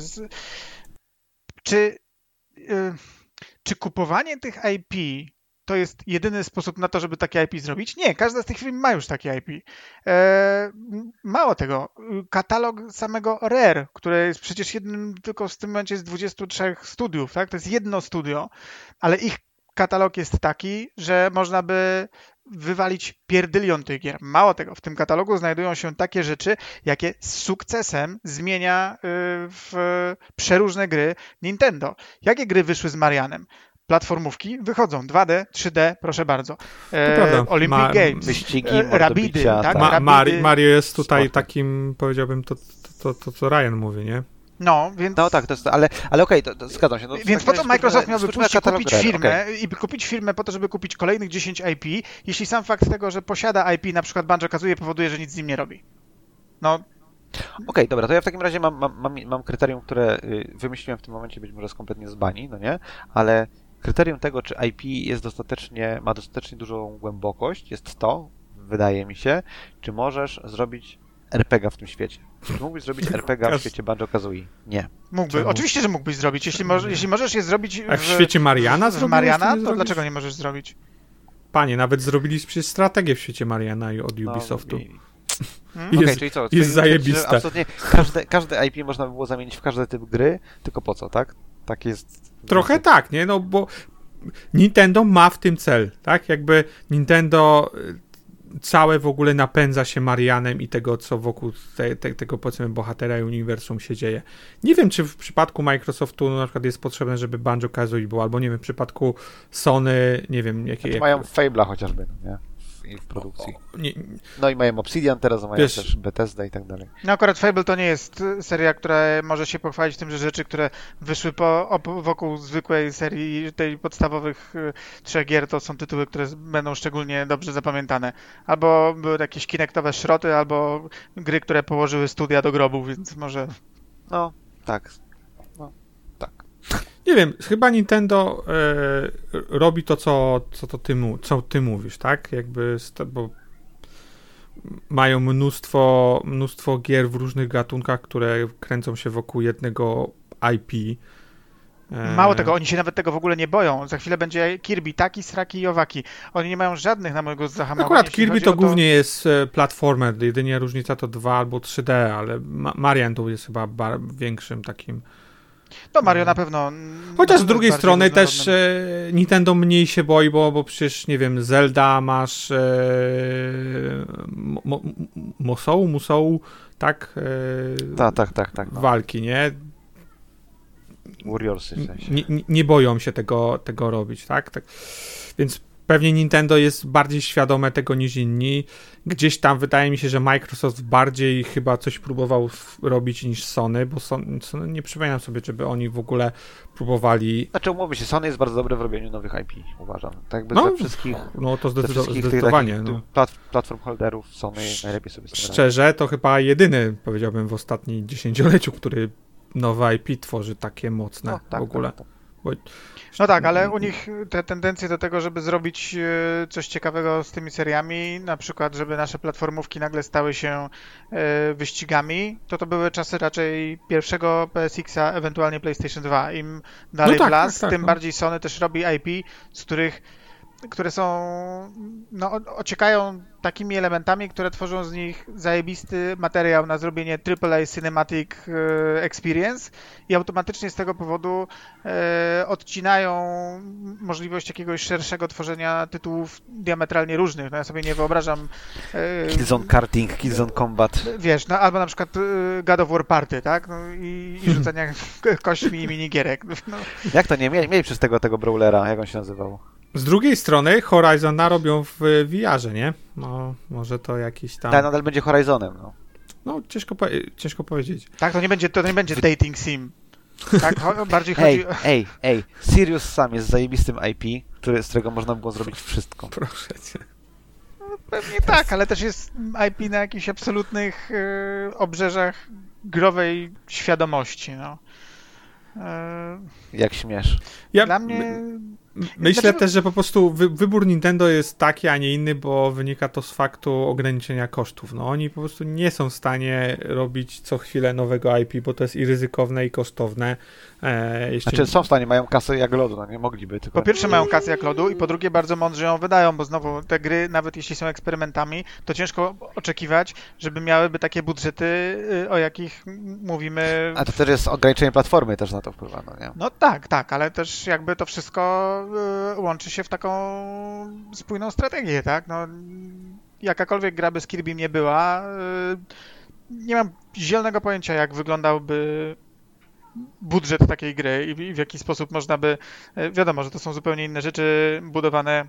czy kupowanie tych IP to jest jedyny sposób na to, żeby takie IP zrobić? Nie, każda z tych firm ma już takie IP. Mało tego, katalog samego Rare, które jest przecież jednym tylko w tym momencie z 23 studiów, tak? To jest jedno studio, ale ich katalog jest taki, że można by wywalić pierdylion tych gier. Mało tego, w tym katalogu znajdują się takie rzeczy, jakie z sukcesem zmienia w przeróżne gry Nintendo. Jakie gry wyszły z Marianem? Platformówki wychodzą 2D, 3D, proszę bardzo. Olympic Games,
wyścigi,
Rabbidy, tak?
Mario jest tutaj takim, powiedziałbym, to co Ryan mówi, nie?
No, więc...
No tak, to jest, ale okej, to zgadzam się. No,
więc po co Microsoft miałby pójść kupić firmę i kupić firmę po to, żeby kupić kolejnych 10 IP, jeśli sam fakt tego, że posiada IP, na przykład Banjo-Kazooie, powoduje, że nic z nim nie robi. No...
Okej, dobra, to ja w takim razie mam kryterium, które wymyśliłem w tym momencie, być może jest kompletnie z bani, no nie? Ale kryterium tego, czy IP jest ma dostatecznie dużą głębokość, jest to, wydaje mi się, czy możesz zrobić RPG w tym świecie. Czy mógłbyś zrobić RPG w świecie Banjo-Kazooie? Nie.
Mógłby. Oczywiście, że mógłbyś zrobić. Jeśli możesz je zrobić
w świecie Mariana?
W Mariana, to dlaczego nie możesz zrobić?
Panie, nawet zrobili przecież strategię w świecie Mariana od Ubisoftu.
Okej, czyli co?
Jest zajebiste.
Absolutnie każde IP można by było zamienić w każdy typ gry, tylko po co, tak? Tak jest...
Trochę tak, nie? No bo Nintendo ma w tym cel, tak? Jakby Nintendo całe w ogóle napędza się Marianem i tego, co wokół tego, powiedzmy, bohatera i uniwersum się dzieje. Nie wiem, czy w przypadku Microsoftu na przykład jest potrzebne, żeby Banjo-Kazooie było, albo nie wiem, w przypadku Sony, nie wiem, jakie...
Mają Fable'a chociażby, nie? W produkcji. No i mają Obsidian teraz, mają też Bethesda i tak dalej.
No akurat Fable to nie jest seria, która może się pochwalić tym, że rzeczy, które wyszły wokół zwykłej serii tej podstawowych 3 gier, to są tytuły, które będą szczególnie dobrze zapamiętane. Albo były jakieś kinektowe szroty, albo gry, które położyły studia do grobu, więc może...
No, tak.
Nie wiem, chyba Nintendo robi to, co ty mówisz, tak? Jakby, bo mają mnóstwo gier w różnych gatunkach, które kręcą się wokół jednego IP.
Mało tego, oni się nawet tego w ogóle nie boją. Za chwilę będzie Kirby, taki, sraki i owaki. Oni nie mają żadnych na mojego zahamowania.
Akurat Kirby to głównie jest platformer, jedynie różnica to 2 albo 3D, ale Marian tu jest chyba większym takim...
To Mario na pewno...
Chociaż z drugiej strony też Nintendo mniej się boi, bo przecież, nie wiem, Zelda masz Musou, tak?
Tak. No.
Walki, nie?
Warriorsy w sensie.
Nie boją się tego robić, tak? Więc pewnie Nintendo jest bardziej świadome tego niż inni. Gdzieś tam wydaje mi się, że Microsoft bardziej chyba coś próbował robić niż Sony, bo Sony, nie przypominam sobie, żeby oni w ogóle próbowali...
Znaczy umówmy się, Sony jest bardzo dobre w robieniu nowych IP, uważam. Tak jakby ze wszystkich...
No to zdecydowanie.
Platform holderów Sony najlepiej sobie
Szczerze, to chyba jedyny, powiedziałbym, w ostatnim dziesięcioleciu, który nowe IP tworzy takie mocne w ogóle.
Tak.
No tak, ale u nich te tendencje do tego, żeby zrobić coś ciekawego z tymi seriami, na przykład, żeby nasze platformówki nagle stały się wyścigami, to były czasy raczej pierwszego PSX-a, ewentualnie PlayStation 2. Im dalej w las, tym bardziej Sony też robi IP, które są, ociekają takimi elementami, które tworzą z nich zajebisty materiał na zrobienie AAA Cinematic Experience i automatycznie z tego powodu odcinają możliwość jakiegoś szerszego tworzenia tytułów diametralnie różnych. No ja sobie nie wyobrażam...
Killzone Karting, Killzone Combat.
Wiesz, no albo na przykład God of War Party, tak? No, i rzucania kośćmi i minigierek. No.
Jak to nie? Mieli przez tego brawlera, jak on się nazywał?
Z drugiej strony Horizona robią w VR-ze, nie? No, może to jakiś tam...
Tak, nadal będzie Horizonem, no.
No, ciężko powiedzieć.
Tak, to nie będzie dating sim. Tak, bardziej chodzi...
Ej, Sirius Sam jest zajebistym IP, z którego można było zrobić wszystko.
Proszę cię.
No, pewnie tak, ale też jest IP na jakichś absolutnych obrzeżach growej świadomości, no.
Jak śmiesz.
Dla mnie...
Myślę też, że po prostu wybór Nintendo jest taki, a nie inny, bo wynika to z faktu ograniczenia kosztów. No oni po prostu nie są w stanie robić co chwilę nowego IP, bo to jest i ryzykowne, i kosztowne.
Znaczy są w stanie, mają kasę jak lodu, no nie mogliby. Tylko...
Po pierwsze mają kasę jak lodu i po drugie bardzo mądrze ją wydają, bo znowu te gry, nawet jeśli są eksperymentami, to ciężko oczekiwać, żeby miałyby takie budżety, o jakich mówimy...
A to też jest ograniczenie platformy też na to wpływa, no nie?
No tak, ale też jakby to wszystko łączy się w taką spójną strategię, tak? No, jakakolwiek gra bez Kirby nie była, nie mam zielonego pojęcia, jak wyglądał,by budżet takiej gry i w jaki sposób można by... Wiadomo, że to są zupełnie inne rzeczy budowane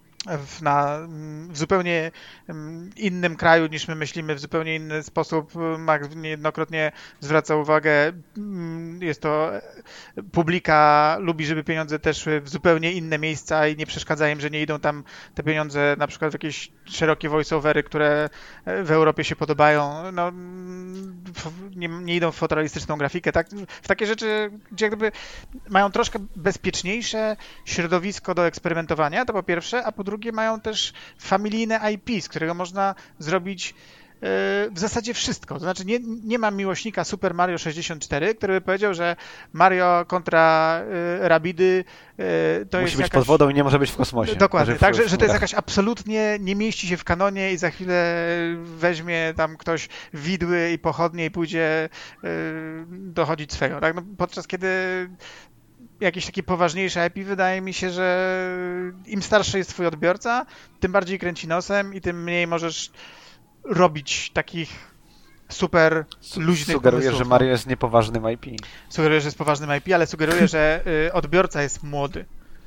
w zupełnie innym kraju niż my myślimy, w zupełnie inny sposób. Max niejednokrotnie zwraca uwagę, jest to publika, lubi, żeby pieniądze też szły w zupełnie inne miejsca i nie przeszkadza im, że nie idą tam te pieniądze na przykład w jakieś szerokie voice-overy, które w Europie się podobają. No, nie idą w fotorealistyczną grafikę, tak? W takie rzeczy, gdzie jak gdyby mają troszkę bezpieczniejsze środowisko do eksperymentowania, to po pierwsze, a po drugie mają też familijne IP, z którego można zrobić w zasadzie wszystko. To znaczy nie ma miłośnika Super Mario 64, który by powiedział, że Mario kontra Rabidy to
musi
jest
być
jakaś...
pod wodą i nie może być w kosmosie.
Dokładnie, tak, że to jest jakaś absolutnie nie mieści się w kanonie i za chwilę weźmie tam ktoś widły i pochodnie i pójdzie dochodzić swego. Tak? No, podczas kiedy jakieś takie poważniejsze IP, wydaje mi się, że im starszy jest twój odbiorca, tym bardziej kręci nosem i tym mniej możesz robić takich super luźnych
Sugeruję,
pomysłów.
że Mario jest niepoważnym IP.
Sugeruję, że jest poważnym IP, ale sugeruję, że odbiorca jest młody.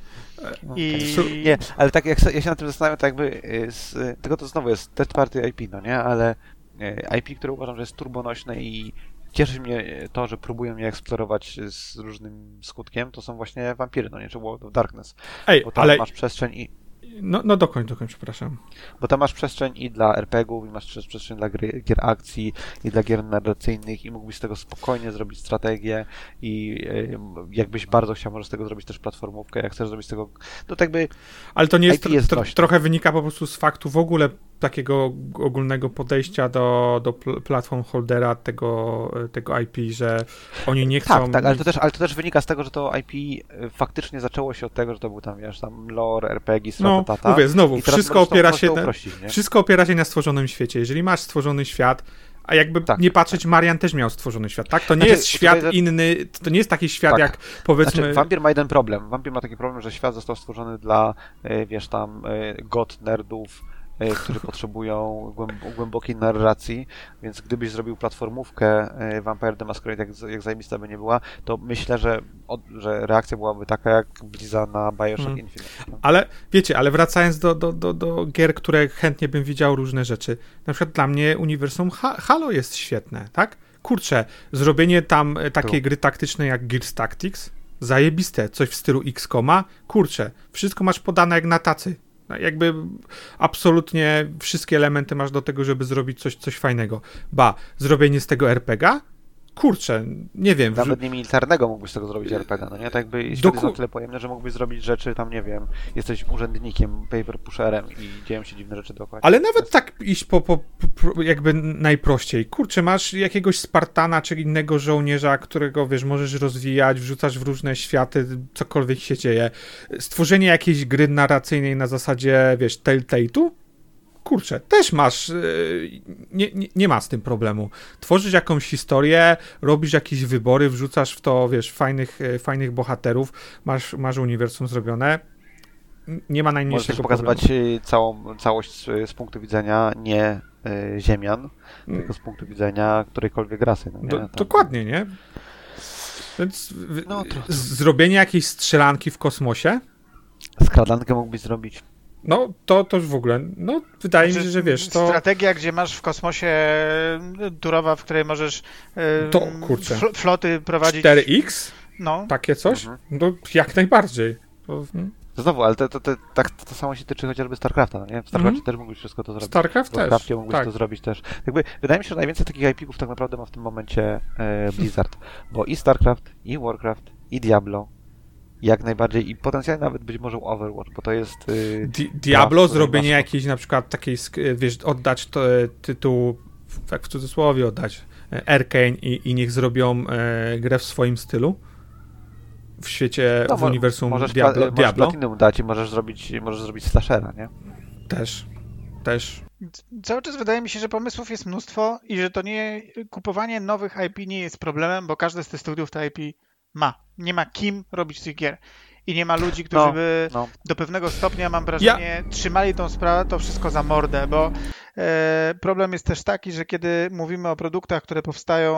Nie, ale tak jak ja się nad tym zastanawiam, to jakby tylko to znowu jest third party IP, no nie? Ale IP, które uważam, że jest turbonośne i cieszy mnie to, że próbują je eksplorować z różnym skutkiem, to są właśnie Vampiry, no nie? Czy World of Darkness. Bo tam masz przestrzeń i...
No dokończ, przepraszam.
Bo tam masz przestrzeń i dla RPG-ów, i masz przestrzeń dla gier akcji, i dla gier narracyjnych, i mógłbyś z tego spokojnie zrobić strategię i jakbyś bardzo chciał, możesz z tego zrobić też platformówkę, jak chcesz zrobić z tego... To tak jakby... Ale
to nie jest trochę wynika po prostu z faktu w ogóle takiego ogólnego podejścia do platform holdera tego IP, że oni nie chcą...
Tak, ale to też wynika z tego, że to IP faktycznie zaczęło się od tego, że to był tam, wiesz, tam lore, RPG,
tata. Mówię, znowu, wszystko opiera się na stworzonym świecie. Jeżeli masz stworzony świat, a jakby nie patrzeć, Marian też miał stworzony świat, tak? To nie jest świat inny, to nie jest taki świat jak, powiedzmy...
Vampir ma jeden problem. Vampir ma taki problem, że świat został stworzony dla, wiesz, tam, god nerdów, którzy potrzebują głębokiej narracji, więc gdybyś zrobił platformówkę Vampire the Masquerade, jak zajebista by nie była, to myślę, że reakcja byłaby taka jak Blizzard na Bioshock Infinite.
Ale wiecie, wracając do gier, które chętnie bym widział różne rzeczy, na przykład dla mnie uniwersum Halo jest świetne, tak? Kurczę, zrobienie tam takiej gry taktycznej jak Gears Tactics, zajebiste, coś w stylu XCOMa, kurczę, wszystko masz podane jak na tacy. Jakby absolutnie wszystkie elementy masz do tego, żeby zrobić coś fajnego. Zrobienie z tego RPG? Kurczę, nie wiem.
Nawet nie militarnego mógłbyś z tego zrobić RPG, no nie? Tak jakby świat jest na tyle pojemny, że mógłbyś zrobić rzeczy tam, nie wiem, jesteś urzędnikiem, paper pusherem i dzieją się dziwne rzeczy dookoła.
Ale nawet tak iść po jakby najprościej. Kurczę, masz jakiegoś Spartana czy innego żołnierza, którego, wiesz, możesz rozwijać, wrzucasz w różne światy, cokolwiek się dzieje. Stworzenie jakiejś gry narracyjnej na zasadzie, wiesz, Telltale'u? Kurczę, też masz, nie ma z tym problemu. Tworzysz jakąś historię, robisz jakieś wybory, wrzucasz w to, wiesz, fajnych bohaterów, masz uniwersum zrobione, nie ma najmniejszego problemu.
Możesz pokazywać całość z punktu widzenia nie ziemian, tylko z punktu widzenia którejkolwiek rasy. No nie?
Dokładnie, nie? Więc zrobienie jakiejś strzelanki w kosmosie?
Skradankę mógłbyś zrobić.
No, to już w ogóle, wydaje mi się, że wiesz, to...
Strategia, gdzie masz w kosmosie turowa, w której możesz floty prowadzić...
4X? No. Takie coś? No, jak najbardziej.
Znowu, ale to samo się tyczy chociażby StarCrafta, no nie? W StarCraftie też mógłbyś wszystko to zrobić.
StarCraft
też. W StarCraftie mógłbyś to zrobić też. Jakby, wydaje mi się, że najwięcej takich IP-ków tak naprawdę ma w tym momencie Blizzard, bo i StarCraft, i Warcraft, i Diablo, jak najbardziej i potencjalnie nawet być może Overwatch, bo to jest...
Diablo, zrobienie jakiejś na przykład takiej, wiesz, oddać tytuł, tak w cudzysłowie oddać, Arcane i niech zrobią grę w swoim stylu w świecie, w uniwersum Diablo.
Możesz Platinum dać i możesz zrobić slashera, nie?
Też.
Cały czas wydaje mi się, że pomysłów jest mnóstwo i że to kupowanie nowych IP nie jest problemem, bo każde z tych studiów te IP nie ma kim robić tych gier. I nie ma ludzi, którzy by do pewnego stopnia, mam wrażenie, trzymali to wszystko za mordę, bo problem jest też taki, że kiedy mówimy o produktach, które powstają,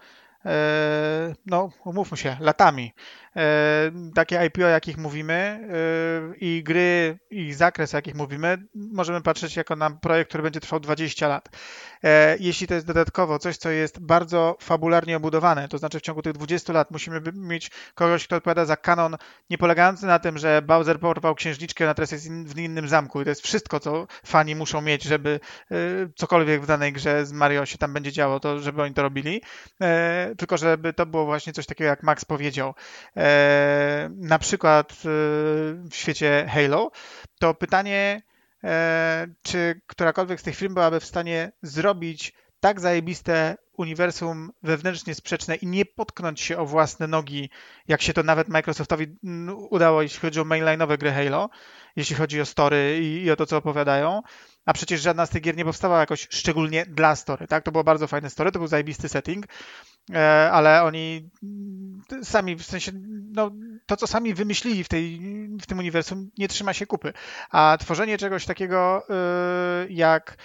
umówmy się, latami, takie IP, o jakich mówimy i gry, ich zakres, o jakich mówimy, możemy patrzeć jako na projekt, który będzie trwał 20 lat. Jeśli to jest dodatkowo coś, co jest bardzo fabularnie obudowane, to znaczy w ciągu tych 20 lat musimy mieć kogoś, kto odpowiada za kanon, nie polegający na tym, że Bowser porwał księżniczkę, na teraz jest w innym zamku i to jest wszystko, co fani muszą mieć, żeby cokolwiek w danej grze z Mario się tam będzie działo, to żeby oni to robili, tylko żeby to było właśnie coś takiego, jak Max powiedział. Na przykład w świecie Halo, to pytanie, czy którakolwiek z tych firm byłaby w stanie zrobić tak zajebiste uniwersum wewnętrznie sprzeczne i nie potknąć się o własne nogi, jak się to nawet Microsoftowi udało, jeśli chodzi o mainline'owe gry Halo, jeśli chodzi o story i o to, co opowiadają. A przecież żadna z tych gier nie powstawała jakoś szczególnie dla story, tak? To było bardzo fajne story, to był zajebisty setting, ale oni sami, w sensie, no, to co sami wymyślili w tym uniwersum nie trzyma się kupy. A tworzenie czegoś takiego jak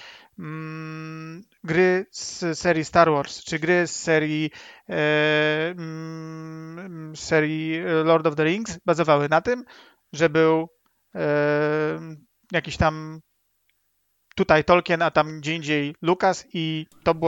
gry z serii Star Wars, czy gry z serii Lord of the Rings bazowały na tym, że był jakiś tam tutaj Tolkien, a tam gdzie indziej Lucas i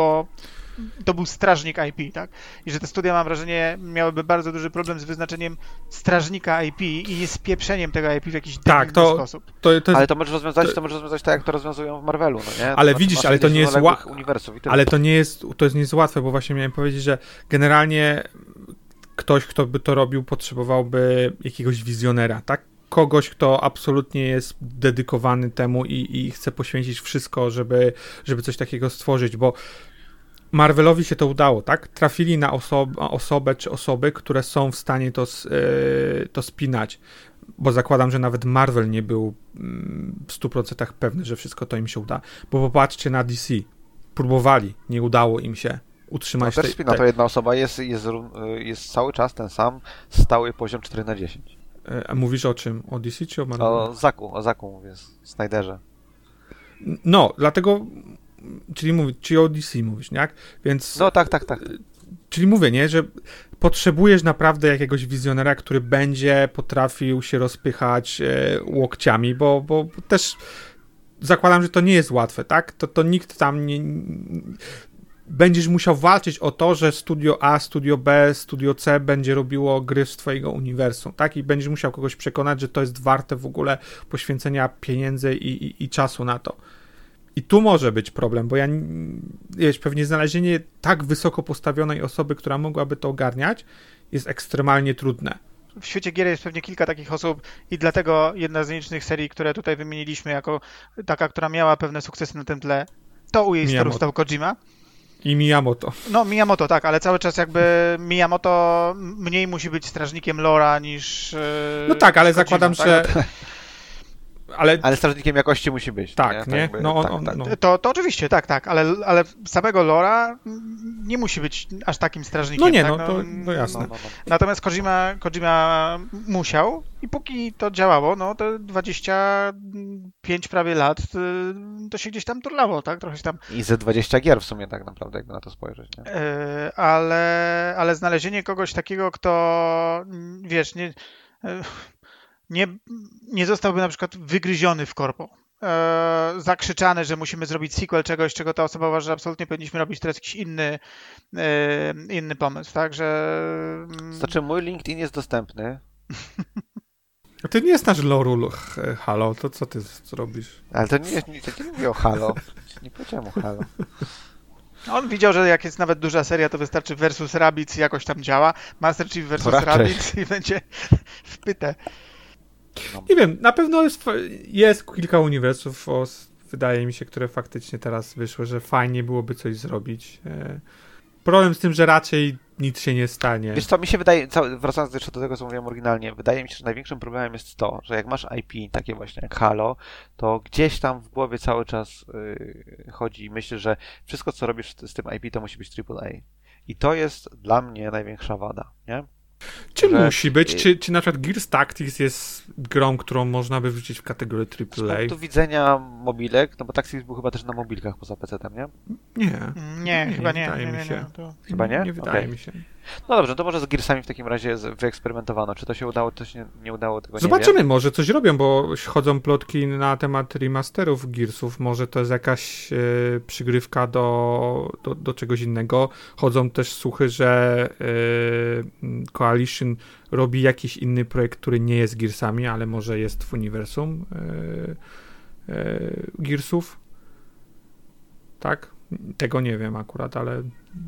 to był strażnik IP, tak? I że te studia, mam wrażenie, miałyby bardzo duży problem z wyznaczeniem strażnika IP i nie spieprzeniem tego IP w jakiś debilny sposób.
Ale to możesz rozwiązać tak, jak to rozwiązują w Marvelu, no nie?
Ale widzisz, ale to nie jest ale to nie jest łatwe, bo właśnie miałem powiedzieć, że generalnie ktoś, kto by to robił, potrzebowałby jakiegoś wizjonera, tak? Kogoś, kto absolutnie jest dedykowany temu i chce poświęcić wszystko, żeby coś takiego stworzyć, bo Marvelowi się to udało, tak? Trafili na osobę czy osoby, które są w stanie to spinać, bo zakładam, że nawet Marvel nie był w 100% pewny, że wszystko to im się uda, bo popatrzcie na DC. Próbowali, nie udało im się utrzymać
też spina to jedna osoba, jest cały czas ten sam stały poziom 4/10.
A mówisz o czym? O DC czy o Marvel?
O Zaku mówię, Snyderze.
No, dlatego, czyli o DC mówisz, nie? Więc,
no tak.
Czyli mówię, nie, że potrzebujesz naprawdę jakiegoś wizjonera, który będzie potrafił się rozpychać łokciami, bo też zakładam, że to nie jest łatwe, tak? To nikt tam nie... Będziesz musiał walczyć o to, że studio A, studio B, studio C będzie robiło gry z twojego uniwersum, tak? I będziesz musiał kogoś przekonać, że to jest warte w ogóle poświęcenia pieniędzy i czasu na to. I tu może być problem, bo pewnie znalezienie tak wysoko postawionej osoby, która mogłaby to ogarniać, jest ekstremalnie trudne.
W świecie gier jest pewnie kilka takich osób i dlatego jedna z nielicznych serii, które tutaj wymieniliśmy jako taka, która miała pewne sukcesy na tym tle, to u jej sterów stał Kojima.
I Miyamoto.
No, Miyamoto, tak, ale cały czas jakby Miyamoto mniej musi być strażnikiem lora niż
no tak, ale
Kojima,
zakładam,
tak?
że...
Ale strażnikiem jakości musi być.
Tak, nie?
To oczywiście, tak, ale samego lora nie musi być aż takim strażnikiem.
No nie,
tak?
to jasne.
Natomiast Kojima musiał i póki to działało, no to 25 prawie lat to się gdzieś tam turlało, tak? Trochę się tam...
I ze 20 gier w sumie tak naprawdę, jakby na to spojrzeć, nie?
Ale znalezienie kogoś takiego, kto, wiesz, nie zostałby na przykład wygryziony w korpo. Zakrzyczany, że musimy zrobić sequel czegoś, czego ta osoba uważa, że absolutnie powinniśmy robić teraz jakiś inny pomysł, tak, że...
Znaczy, mój LinkedIn jest dostępny.
A ty nie znasz lore'u Halo, to co ty zrobisz?
Ale to nie mówię o Halo. Nie powiedziałem o Halo.
On widział, że jak jest nawet duża seria, to wystarczy versus Rabbids i jakoś tam działa. Master Chief versus Rabbids i będzie wpyte.
No. Nie wiem, na pewno jest kilka uniwersów, wydaje mi się, które faktycznie teraz wyszły, że fajnie byłoby coś zrobić. Problem z tym, że raczej nic się nie stanie.
Wiesz co, mi się wydaje, wracając jeszcze do tego, co mówiłem oryginalnie, wydaje mi się, że największym problemem jest to, że jak masz IP takie właśnie jak Halo, to gdzieś tam w głowie cały czas chodzi i myślisz, że wszystko, co robisz z tym IP, to musi być AAA. I to jest dla mnie największa wada, nie?
Czy musi być? Czy na przykład Gears Tactics jest grą, którą można by wrzucić w kategorię AAA?
Z punktu widzenia mobilek, no bo Tactics był chyba też na mobilkach poza PC-tem, nie?
Nie, chyba nie.
Wydaje mi się.
Chyba nie?
Nie wydaje mi się.
No dobrze, to może z Gearsami w takim razie wyeksperymentowano. Czy to się udało, czy się nie udało, tego
Zobaczymy,
nie wiem.
może coś robią, bo chodzą plotki na temat remasterów Gearsów. Może to jest jakaś przygrywka do czegoś innego. Chodzą też słuchy, że Coalition robi jakiś inny projekt, który nie jest Gearsami, ale może jest w uniwersum Gearsów. Tak? Tego nie wiem akurat, ale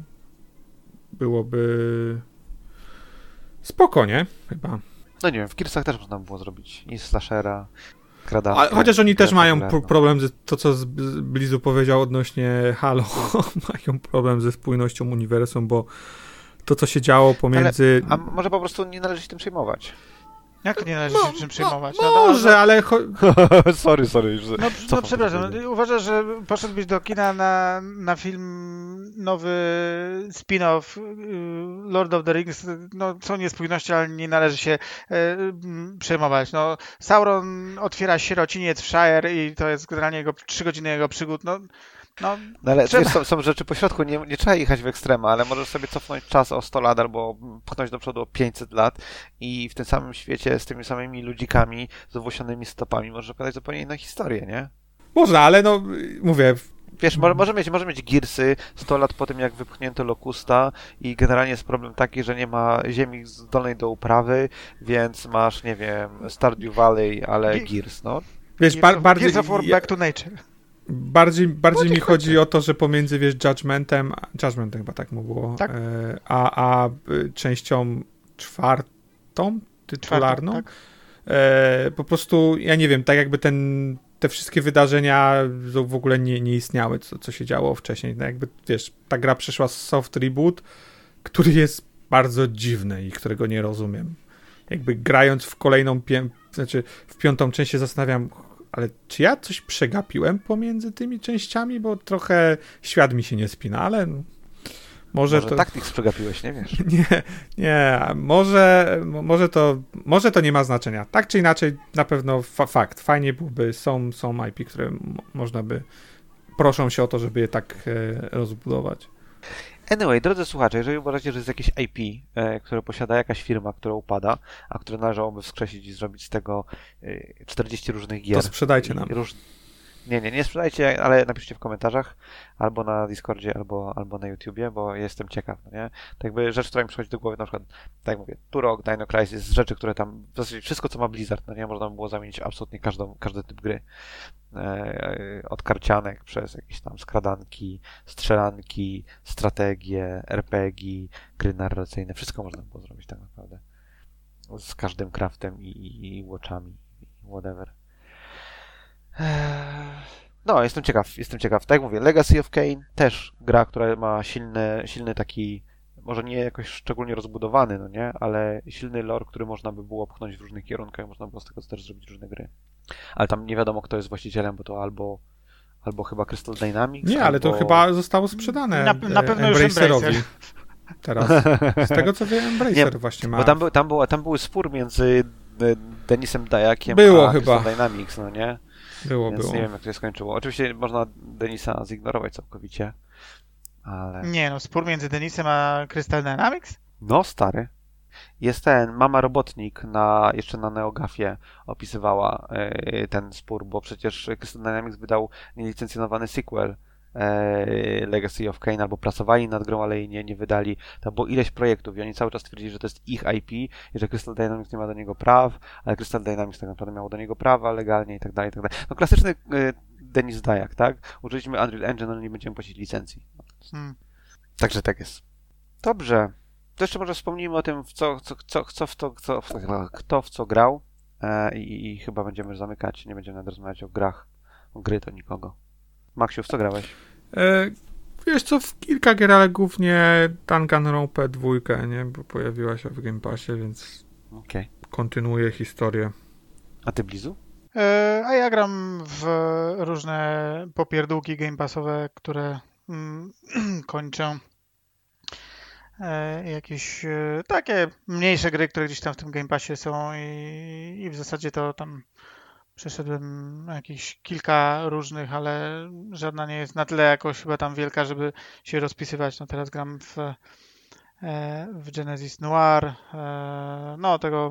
byłoby spoko, nie? Chyba.
No nie wiem, w Gearsach też można było zrobić i slashera.
Chociaż oni też mają problem to co Blizu powiedział odnośnie Halo, mają problem ze spójnością uniwersum, bo to, co się działo pomiędzy...
A może po prostu nie należy się tym przejmować?
Jak nie należy się czym przejmować?
Może, ale...
sorry. Już
no przepraszam, uważasz, że poszedłbyś do kina na film nowy spin-off Lord of the Rings, no są niespójności, ale nie należy się przejmować. No, Sauron otwiera sierociniec w Shire i to jest generalnie 3 godziny jego przygód, No,
ale są rzeczy po środku, nie trzeba jechać w ekstrema, ale możesz sobie cofnąć czas o 100 lat albo pchnąć do przodu o 500 lat i w tym samym świecie z tymi samymi ludzikami, z owłosionymi stopami możesz opowiadać zupełnie inną historię, nie?
Można, ale no, mówię...
Wiesz, może mieć Gearsy 100 lat po tym, jak wypchnięto Locusta i generalnie jest problem taki, że nie ma ziemi zdolnej do uprawy, więc masz, nie wiem, Stardew Valley, ale Gears, no.
Wiesz, bardziej...
Gears of War Back to Nature.
Bardziej mi chodzi o to, że pomiędzy, wiesz, Judgmentem chyba tak mu było, tak? A częścią 4. tytularną, tak? Po prostu, ja nie wiem, tak jakby te wszystkie wydarzenia w ogóle nie istniały, co się działo wcześniej. No jakby, wiesz, ta gra przeszła soft reboot, który jest bardzo dziwny i którego nie rozumiem. Jakby grając w kolejną, w 5. część się zastanawiam, ale czy ja coś przegapiłem pomiędzy tymi częściami, bo trochę świat mi się nie spina, ale może to...
Tactics przegapiłeś, nie wiesz?
Nie, może to nie ma znaczenia. Tak czy inaczej, na pewno fakt. Fajnie byłby, są IP, które można by, proszą się o to, żeby je tak rozbudować.
Anyway, drodzy słuchacze, jeżeli uważacie, że jest jakieś IP, które posiada jakaś firma, która upada, a które należałoby wskrzesić i zrobić z tego 40 różnych gier.
To sprzedajcie nam.
Nie sprzedajcie, ale napiszcie w komentarzach, albo na Discordzie, albo na YouTubie, bo jestem ciekaw, no nie? Tak jakby rzecz, która mi przychodzi do głowy, na przykład, tak jak mówię, Turok, Dino Crisis, rzeczy, które tam, w zasadzie wszystko, co ma Blizzard, no nie? Można by było zamienić absolutnie każdy typ gry. Od karcianek przez jakieś tam skradanki, strzelanki, strategie, RPG, gry narracyjne, wszystko można było zrobić tak naprawdę. Z każdym craftem i watchami, whatever. No, jestem ciekaw. Tak jak mówię, Legacy of Kain też gra, która ma silny taki, może nie jakoś szczególnie rozbudowany, no nie, ale silny lore, który można by było pchnąć w różnych kierunkach, można było z tego też zrobić różne gry. Ale tam nie wiadomo, kto jest właścicielem, bo to albo chyba Crystal Dynamics.
Nie, ale to chyba zostało sprzedane
na pewno Embracerowi.
Już teraz. Z tego co wiem, Embracer właśnie ma.
Bo tam był spór między Denisem Dayakiem a Crystal Dynamics, no nie?
Było.
Nie wiem, jak to się skończyło. Oczywiście można Denisa zignorować całkowicie, ale...
Nie, no spór między Denisem a Crystal Dynamics?
No, stary. Jest Mama Robotnik jeszcze na NeoGAFie opisywała ten spór, bo przecież Crystal Dynamics wydał nielicencjonowany sequel Legacy of Kain, albo pracowali nad grą, ale jej nie wydali. Tam było ileś projektów i oni cały czas twierdzili, że to jest ich IP i że Crystal Dynamics nie ma do niego praw, ale Crystal Dynamics tak naprawdę miało do niego prawa legalnie i tak dalej, i tak dalej. No klasyczny Denis Dayak, tak? Użyliśmy Unreal Engine, ale nie będziemy płacić licencji. Także tak jest. Dobrze. To jeszcze może wspomnijmy o tym, kto w co grał i chyba będziemy zamykać, nie będziemy nawet rozmawiać o grach. O gry to nikogo. Maksiu, w co grałeś?
Wiesz co, w kilka gier, ale głównie Danganronpa 2, nie? Bo pojawiła się w Game Passie, więc kontynuuję historię.
A ty, Blizu?
A ja gram w różne popierdółki Game Passowe, które kończę. Jakieś takie mniejsze gry, które gdzieś tam w tym Game Passie są i w zasadzie to tam przeszedłem jakieś kilka różnych, ale żadna nie jest na tyle jakoś chyba tam wielka, żeby się rozpisywać. No teraz gram w Genesis Noir, no tego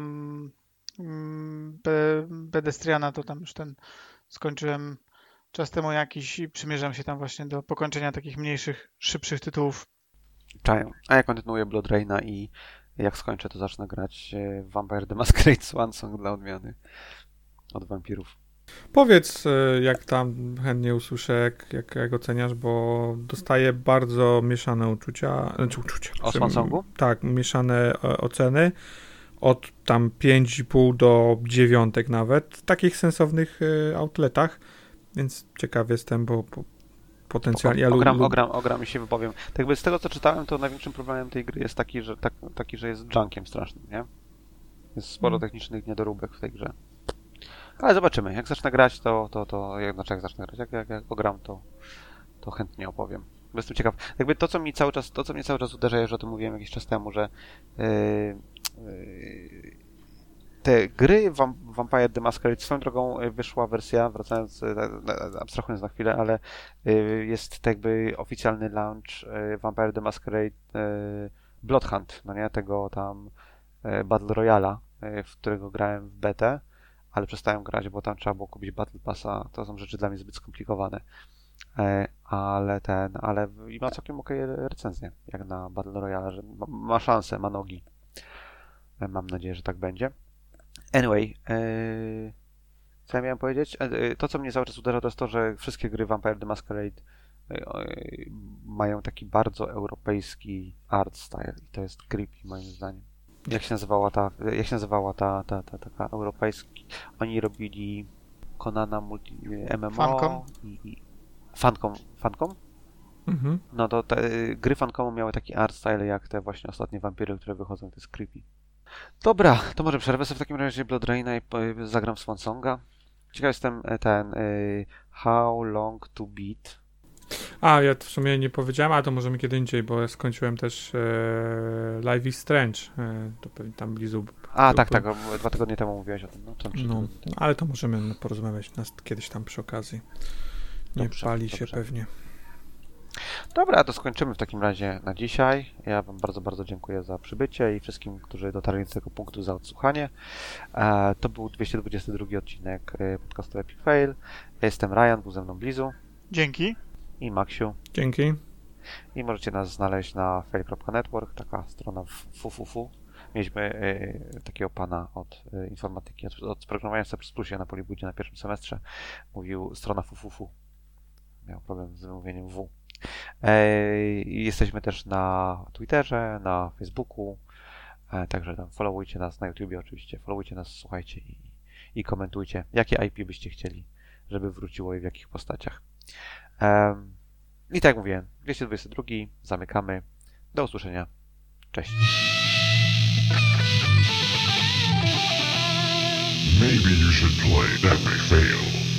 Pedestriana to tam już ten skończyłem czas temu jakiś i przymierzam się tam właśnie do pokończenia takich mniejszych, szybszych tytułów.
Czaję. A ja kontynuuję Blood Raina i jak skończę, to zacznę grać Vampire the Masquerade Swansong dla odmiany od wampirów.
Powiedz, jak tam chętnie usłyszę, jak oceniasz, bo dostaję bardzo mieszane uczucia.
O Swansongu?
Tak, mieszane oceny. od tam 5,5 do 9 nawet, w takich sensownych outletach, więc ciekaw jestem, bo potencjalnie...
Ogram i się wypowiem. Tak jakby z tego, co czytałem, to największym problemem tej gry jest taki, że jest junkiem strasznym, nie? Jest sporo technicznych niedoróbek w tej grze. Ale zobaczymy. Jak zacznę grać, jak zacznę grać, jak ogram, to chętnie opowiem. Bo jestem ciekaw. Jakby to, co mnie cały czas uderza, już o tym mówiłem jakiś czas temu, że te gry Vampire the Masquerade, swoją drogą wyszła wersja, wracając, abstrahując na chwilę, ale jest tak jakby oficjalny launch Vampire the Masquerade Bloodhunt, no nie? Tego tam Battle Royala, w którego grałem w betę, ale przestałem grać, bo tam trzeba było kupić Battle Passa. To są rzeczy dla mnie zbyt skomplikowane. Ale i ma całkiem okej recenzję, jak na Battle Royale, że ma szansę, ma nogi. Mam nadzieję, że tak będzie. Anyway, co ja miałem powiedzieć? To, co mnie cały czas uderza, to jest to, że wszystkie gry Vampire the Masquerade mają taki bardzo europejski art style i to jest creepy, moim zdaniem. Jak się nazywała ta taka europejski? Oni robili Conana MMO
Funcom?
i Funcom?
Mhm.
No to te gry Funcomu miały taki art style jak te właśnie ostatnie wampiry, które wychodzą, to jest creepy. Dobra, to może przerwę sobie w takim razie Blood Raina i zagram w Swansonga. Ciekaw jestem How Long to Beat.
Ja w sumie nie powiedziałem, ale to możemy kiedy indziej, bo skończyłem też Life is Strange. To pewnie tam Blizu.
Tak, 2 tygodnie temu mówiłeś o tym.
No, ale to możemy porozmawiać kiedyś tam przy okazji. Nie pali się pewnie.
Dobra, to skończymy w takim razie na dzisiaj. Ja wam bardzo, bardzo dziękuję za przybycie i wszystkim, którzy dotarli do tego punktu, za odsłuchanie. To był 222 odcinek podcastu Epic Fail. Ja jestem Ryan, był ze mną Blizu.
Dzięki.
I Maksiu.
Dzięki.
I możecie nas znaleźć na fail.network, taka strona www. Mieliśmy takiego pana od informatyki, od programowania C++ na Polibudzie na pierwszym semestrze. Mówił strona www. Miał problem z wymówieniem W. Jesteśmy też na Twitterze, na Facebooku, także tam followujcie nas, na YouTubie oczywiście, followujcie nas, słuchajcie i komentujcie, jakie IP byście chcieli, żeby wróciło i w jakich postaciach. I tak jak mówiłem, 222, zamykamy, do usłyszenia, cześć.
Maybe you should play Epic Fail.